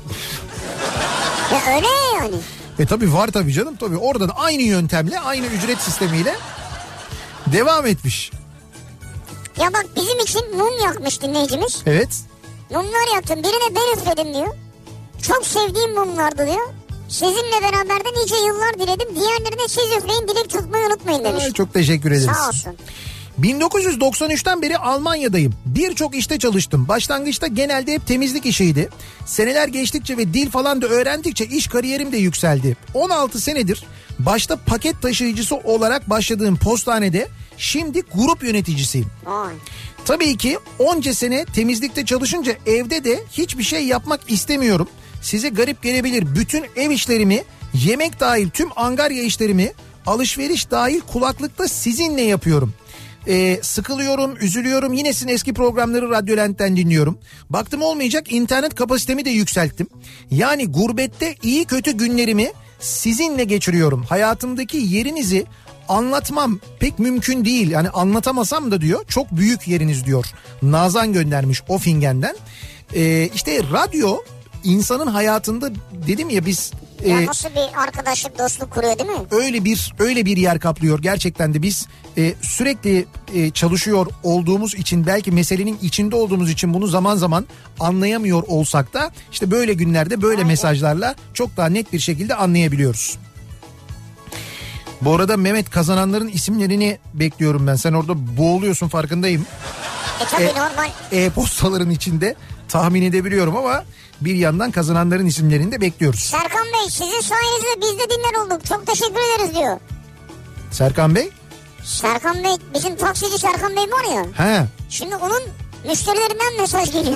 Ya öyle yani. E tabii var tabii canım, tabii. Orada da aynı yöntemle, aynı ücret sistemiyle devam etmiş. Ya bak, bizim için mum yakmış dinleyicimiz. Evet. Mumlar yaktım, birine ben üfledim diyor. Çok sevdiğim mumlardı diyor. Sizinle beraber de nice yıllar diledim. Diğerlerine siz üfleyin, dilek tutmayı unutmayın demiş. Ay, çok teşekkür ederiz. Sağ olsun. bin dokuz yüz doksan üçten beri Almanya'dayım. Birçok işte çalıştım. Başlangıçta genelde hep temizlik işiydi. Seneler geçtikçe ve dil falan da öğrendikçe iş kariyerim de yükseldi. on altı senedir başta paket taşıyıcısı olarak başladığım postanede şimdi grup yöneticisiyim. Ay. Tabii ki onca sene temizlikte çalışınca evde de hiçbir şey yapmak istemiyorum. Size garip gelebilir. Bütün ev işlerimi, yemek dahil tüm angarya işlerimi, alışveriş dahil kulaklıkta sizinle yapıyorum. Ee, sıkılıyorum, üzülüyorum. Yine sizin eski programları Radyolent'ten dinliyorum. Baktım olmayacak, internet kapasitemi de yükselttim. Yani gurbette iyi kötü günlerimi sizinle geçiriyorum. Hayatımdaki yerinizi anlatmam pek mümkün değil. Yani anlatamasam da diyor, çok büyük yeriniz diyor. Nazan göndermiş Offingen'den. Ee, işte radyo insanın hayatında, dedim ya biz... Ya e, nasıl bir arkadaşlık, dostluk kuruyor değil mi? Öyle bir öyle bir yer kaplıyor gerçekten de. Biz e, sürekli e, çalışıyor olduğumuz için, belki meselenin içinde olduğumuz için bunu zaman zaman anlayamıyor olsak da işte böyle günlerde böyle Aynen. mesajlarla çok daha net bir şekilde anlayabiliyoruz. Bu arada Mehmet, kazananların isimlerini bekliyorum ben. Sen orada boğuluyorsun, farkındayım. E tabii e, normal. E-postaların içinde tahmin edebiliyorum ama bir yandan kazananların isimlerini de bekliyoruz. Serkan Bey, sizin sayenizde biz de dinler olduk. Çok teşekkür ederiz diyor. Serkan Bey? Serkan Bey, bizim taksici Serkan Bey var ya. He. Şimdi onun müşterilerinden mesaj geliyor.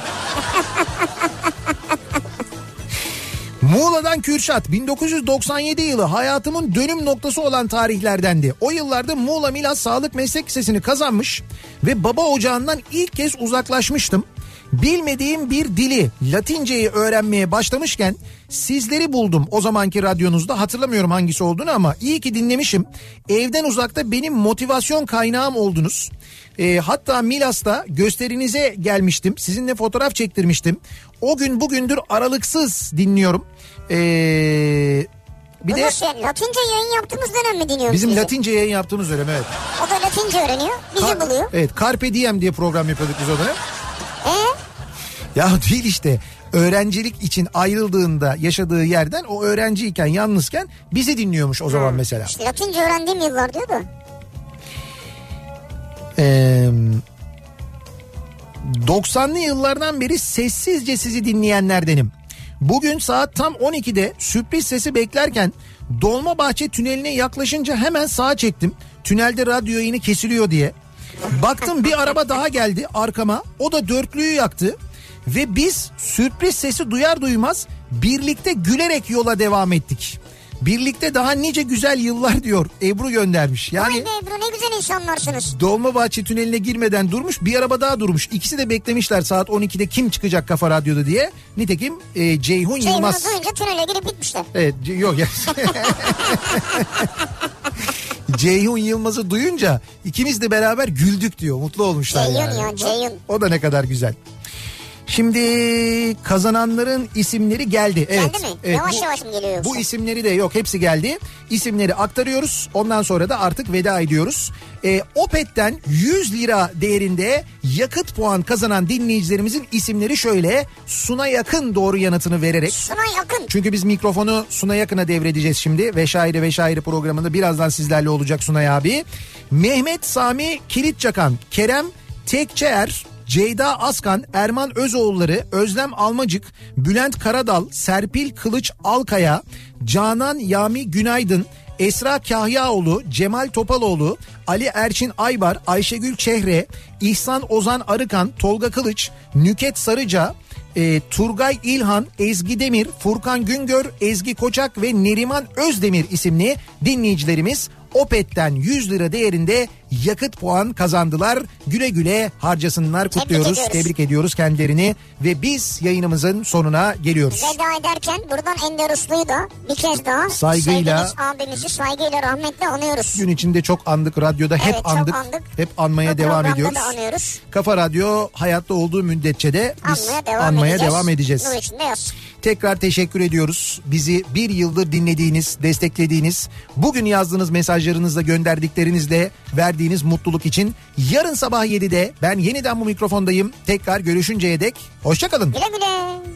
Muğla'dan Kürşat, bin dokuz yüz doksan yedi yılı hayatımın dönüm noktası olan tarihlerdendi. O yıllarda Muğla Milas Sağlık Meslek Lisesi'ni kazanmış ve baba ocağından ilk kez uzaklaşmıştım. Bilmediğim bir dili, Latinceyi öğrenmeye başlamışken sizleri buldum o zamanki radyonuzda. Hatırlamıyorum hangisi olduğunu ama iyi ki dinlemişim. Evden uzakta benim motivasyon kaynağım oldunuz. E, hatta Milas'ta gösterinize gelmiştim. Sizinle fotoğraf çektirmiştim. O gün bugündür aralıksız dinliyorum. Eee... Bir Bu de nasıl yani? Latince yayın yaptığımız dönem mi dinliyoruz? Bizim bizi? Latince yayın yaptığımız dönem, evet. O da Latince öğreniyor, bizi Kar- buluyor. Evet, Carpe Diem diye program yapıyorduk biz o dönem. Eee? Ya değil işte, öğrencilik için ayrıldığında yaşadığı yerden, o öğrenciyken, yalnızken bizi dinliyormuş o zaman hmm. mesela. İşte Latince öğrendiğim yıllar diyor da. Eee... doksanlı yıllardan beri sessizce sizi dinleyenlerdenim. Bugün saat tam on ikide sürpriz sesi beklerken Dolmabahçe tüneline yaklaşınca hemen sağa çektim. Tünelde radyo yayını kesiliyor diye. Baktım bir araba daha geldi arkama. O da dörtlüyü yaktı. Ve biz sürpriz sesi duyar duymaz birlikte gülerek yola devam ettik. Birlikte daha nice güzel yıllar diyor. Ebru göndermiş. Yani Vay be Ebru, ne güzel insanlarsınız. Dolmabahçe tüneline girmeden durmuş, bir araba daha durmuş. İkisi de beklemişler saat on ikide kim çıkacak Kafa Radyo'da diye. Nitekim e, Ceyhun Ceyhun'u Yılmaz. duyunca tünele girip bitmişler. Evet C- yok ya. Ceyhun Yılmaz'ı duyunca ikimiz de beraber güldük diyor. Mutlu olmuşlar Ceyhun yani. ya, Ceyhun. O da ne kadar güzel. Şimdi kazananların isimleri geldi. Evet, geldi mi? evet, yavaş bu, yavaş mı geliyor yoksa? Bu isimleri de yok, hepsi geldi. İsimleri aktarıyoruz. Ondan sonra da artık veda ediyoruz. E, Opet'ten yüz lira değerinde yakıt puan kazanan dinleyicilerimizin isimleri şöyle. Suna Yakın doğru yanıtını vererek. Suna Yakın. Çünkü biz mikrofonu Suna Yakın'a devredeceğiz şimdi. Veşaire Veşaire programında birazdan sizlerle olacak Sunay abi. Mehmet Sami Kilitçakan, Kerem Tekçeer, Ceyda Askan, Erman Özoğulları, Özlem Almacık, Bülent Karadal, Serpil Kılıç Alkaya, Canan Yami Günaydın, Esra Kahyaoğlu, Cemal Topaloğlu, Ali Erçin Aybar, Ayşegül Çehre, İhsan Ozan Arıkan, Tolga Kılıç, Nüket Sarıca, e, Turgay İlhan, Ezgi Demir, Furkan Güngör, Ezgi Koçak ve Neriman Özdemir isimli dinleyicilerimiz Opet'ten yüz lira değerinde yakıt puan kazandılar. Güle güle harcasınlar, kutluyoruz. Tebrik ediyoruz. Tebrik ediyoruz kendilerini ve biz yayınımızın sonuna geliyoruz. Veda ederken buradan Ender Uslu'yu da bir kez daha Saygıyla- sevgimiz abimizi saygıyla rahmetle anıyoruz. Gün içinde çok andık, radyoda hep Evet, çok andık, andık. hep anmaya Bu devam programda ediyoruz. da anıyoruz. Kafa Radyo hayatta olduğu müddetçe de biz Anmaya devam anmaya edeceğiz. devam edeceğiz. Nur içinde yaz. Tekrar teşekkür ediyoruz. Bizi bir yıldır dinlediğiniz, desteklediğiniz, bugün yazdığınız mesajlarınızla, gönderdiklerinizle verdiğiniz mutluluk için yarın sabah yedide ben yeniden bu mikrofondayım. Tekrar görüşünceye dek hoşça kalın. Güle güle.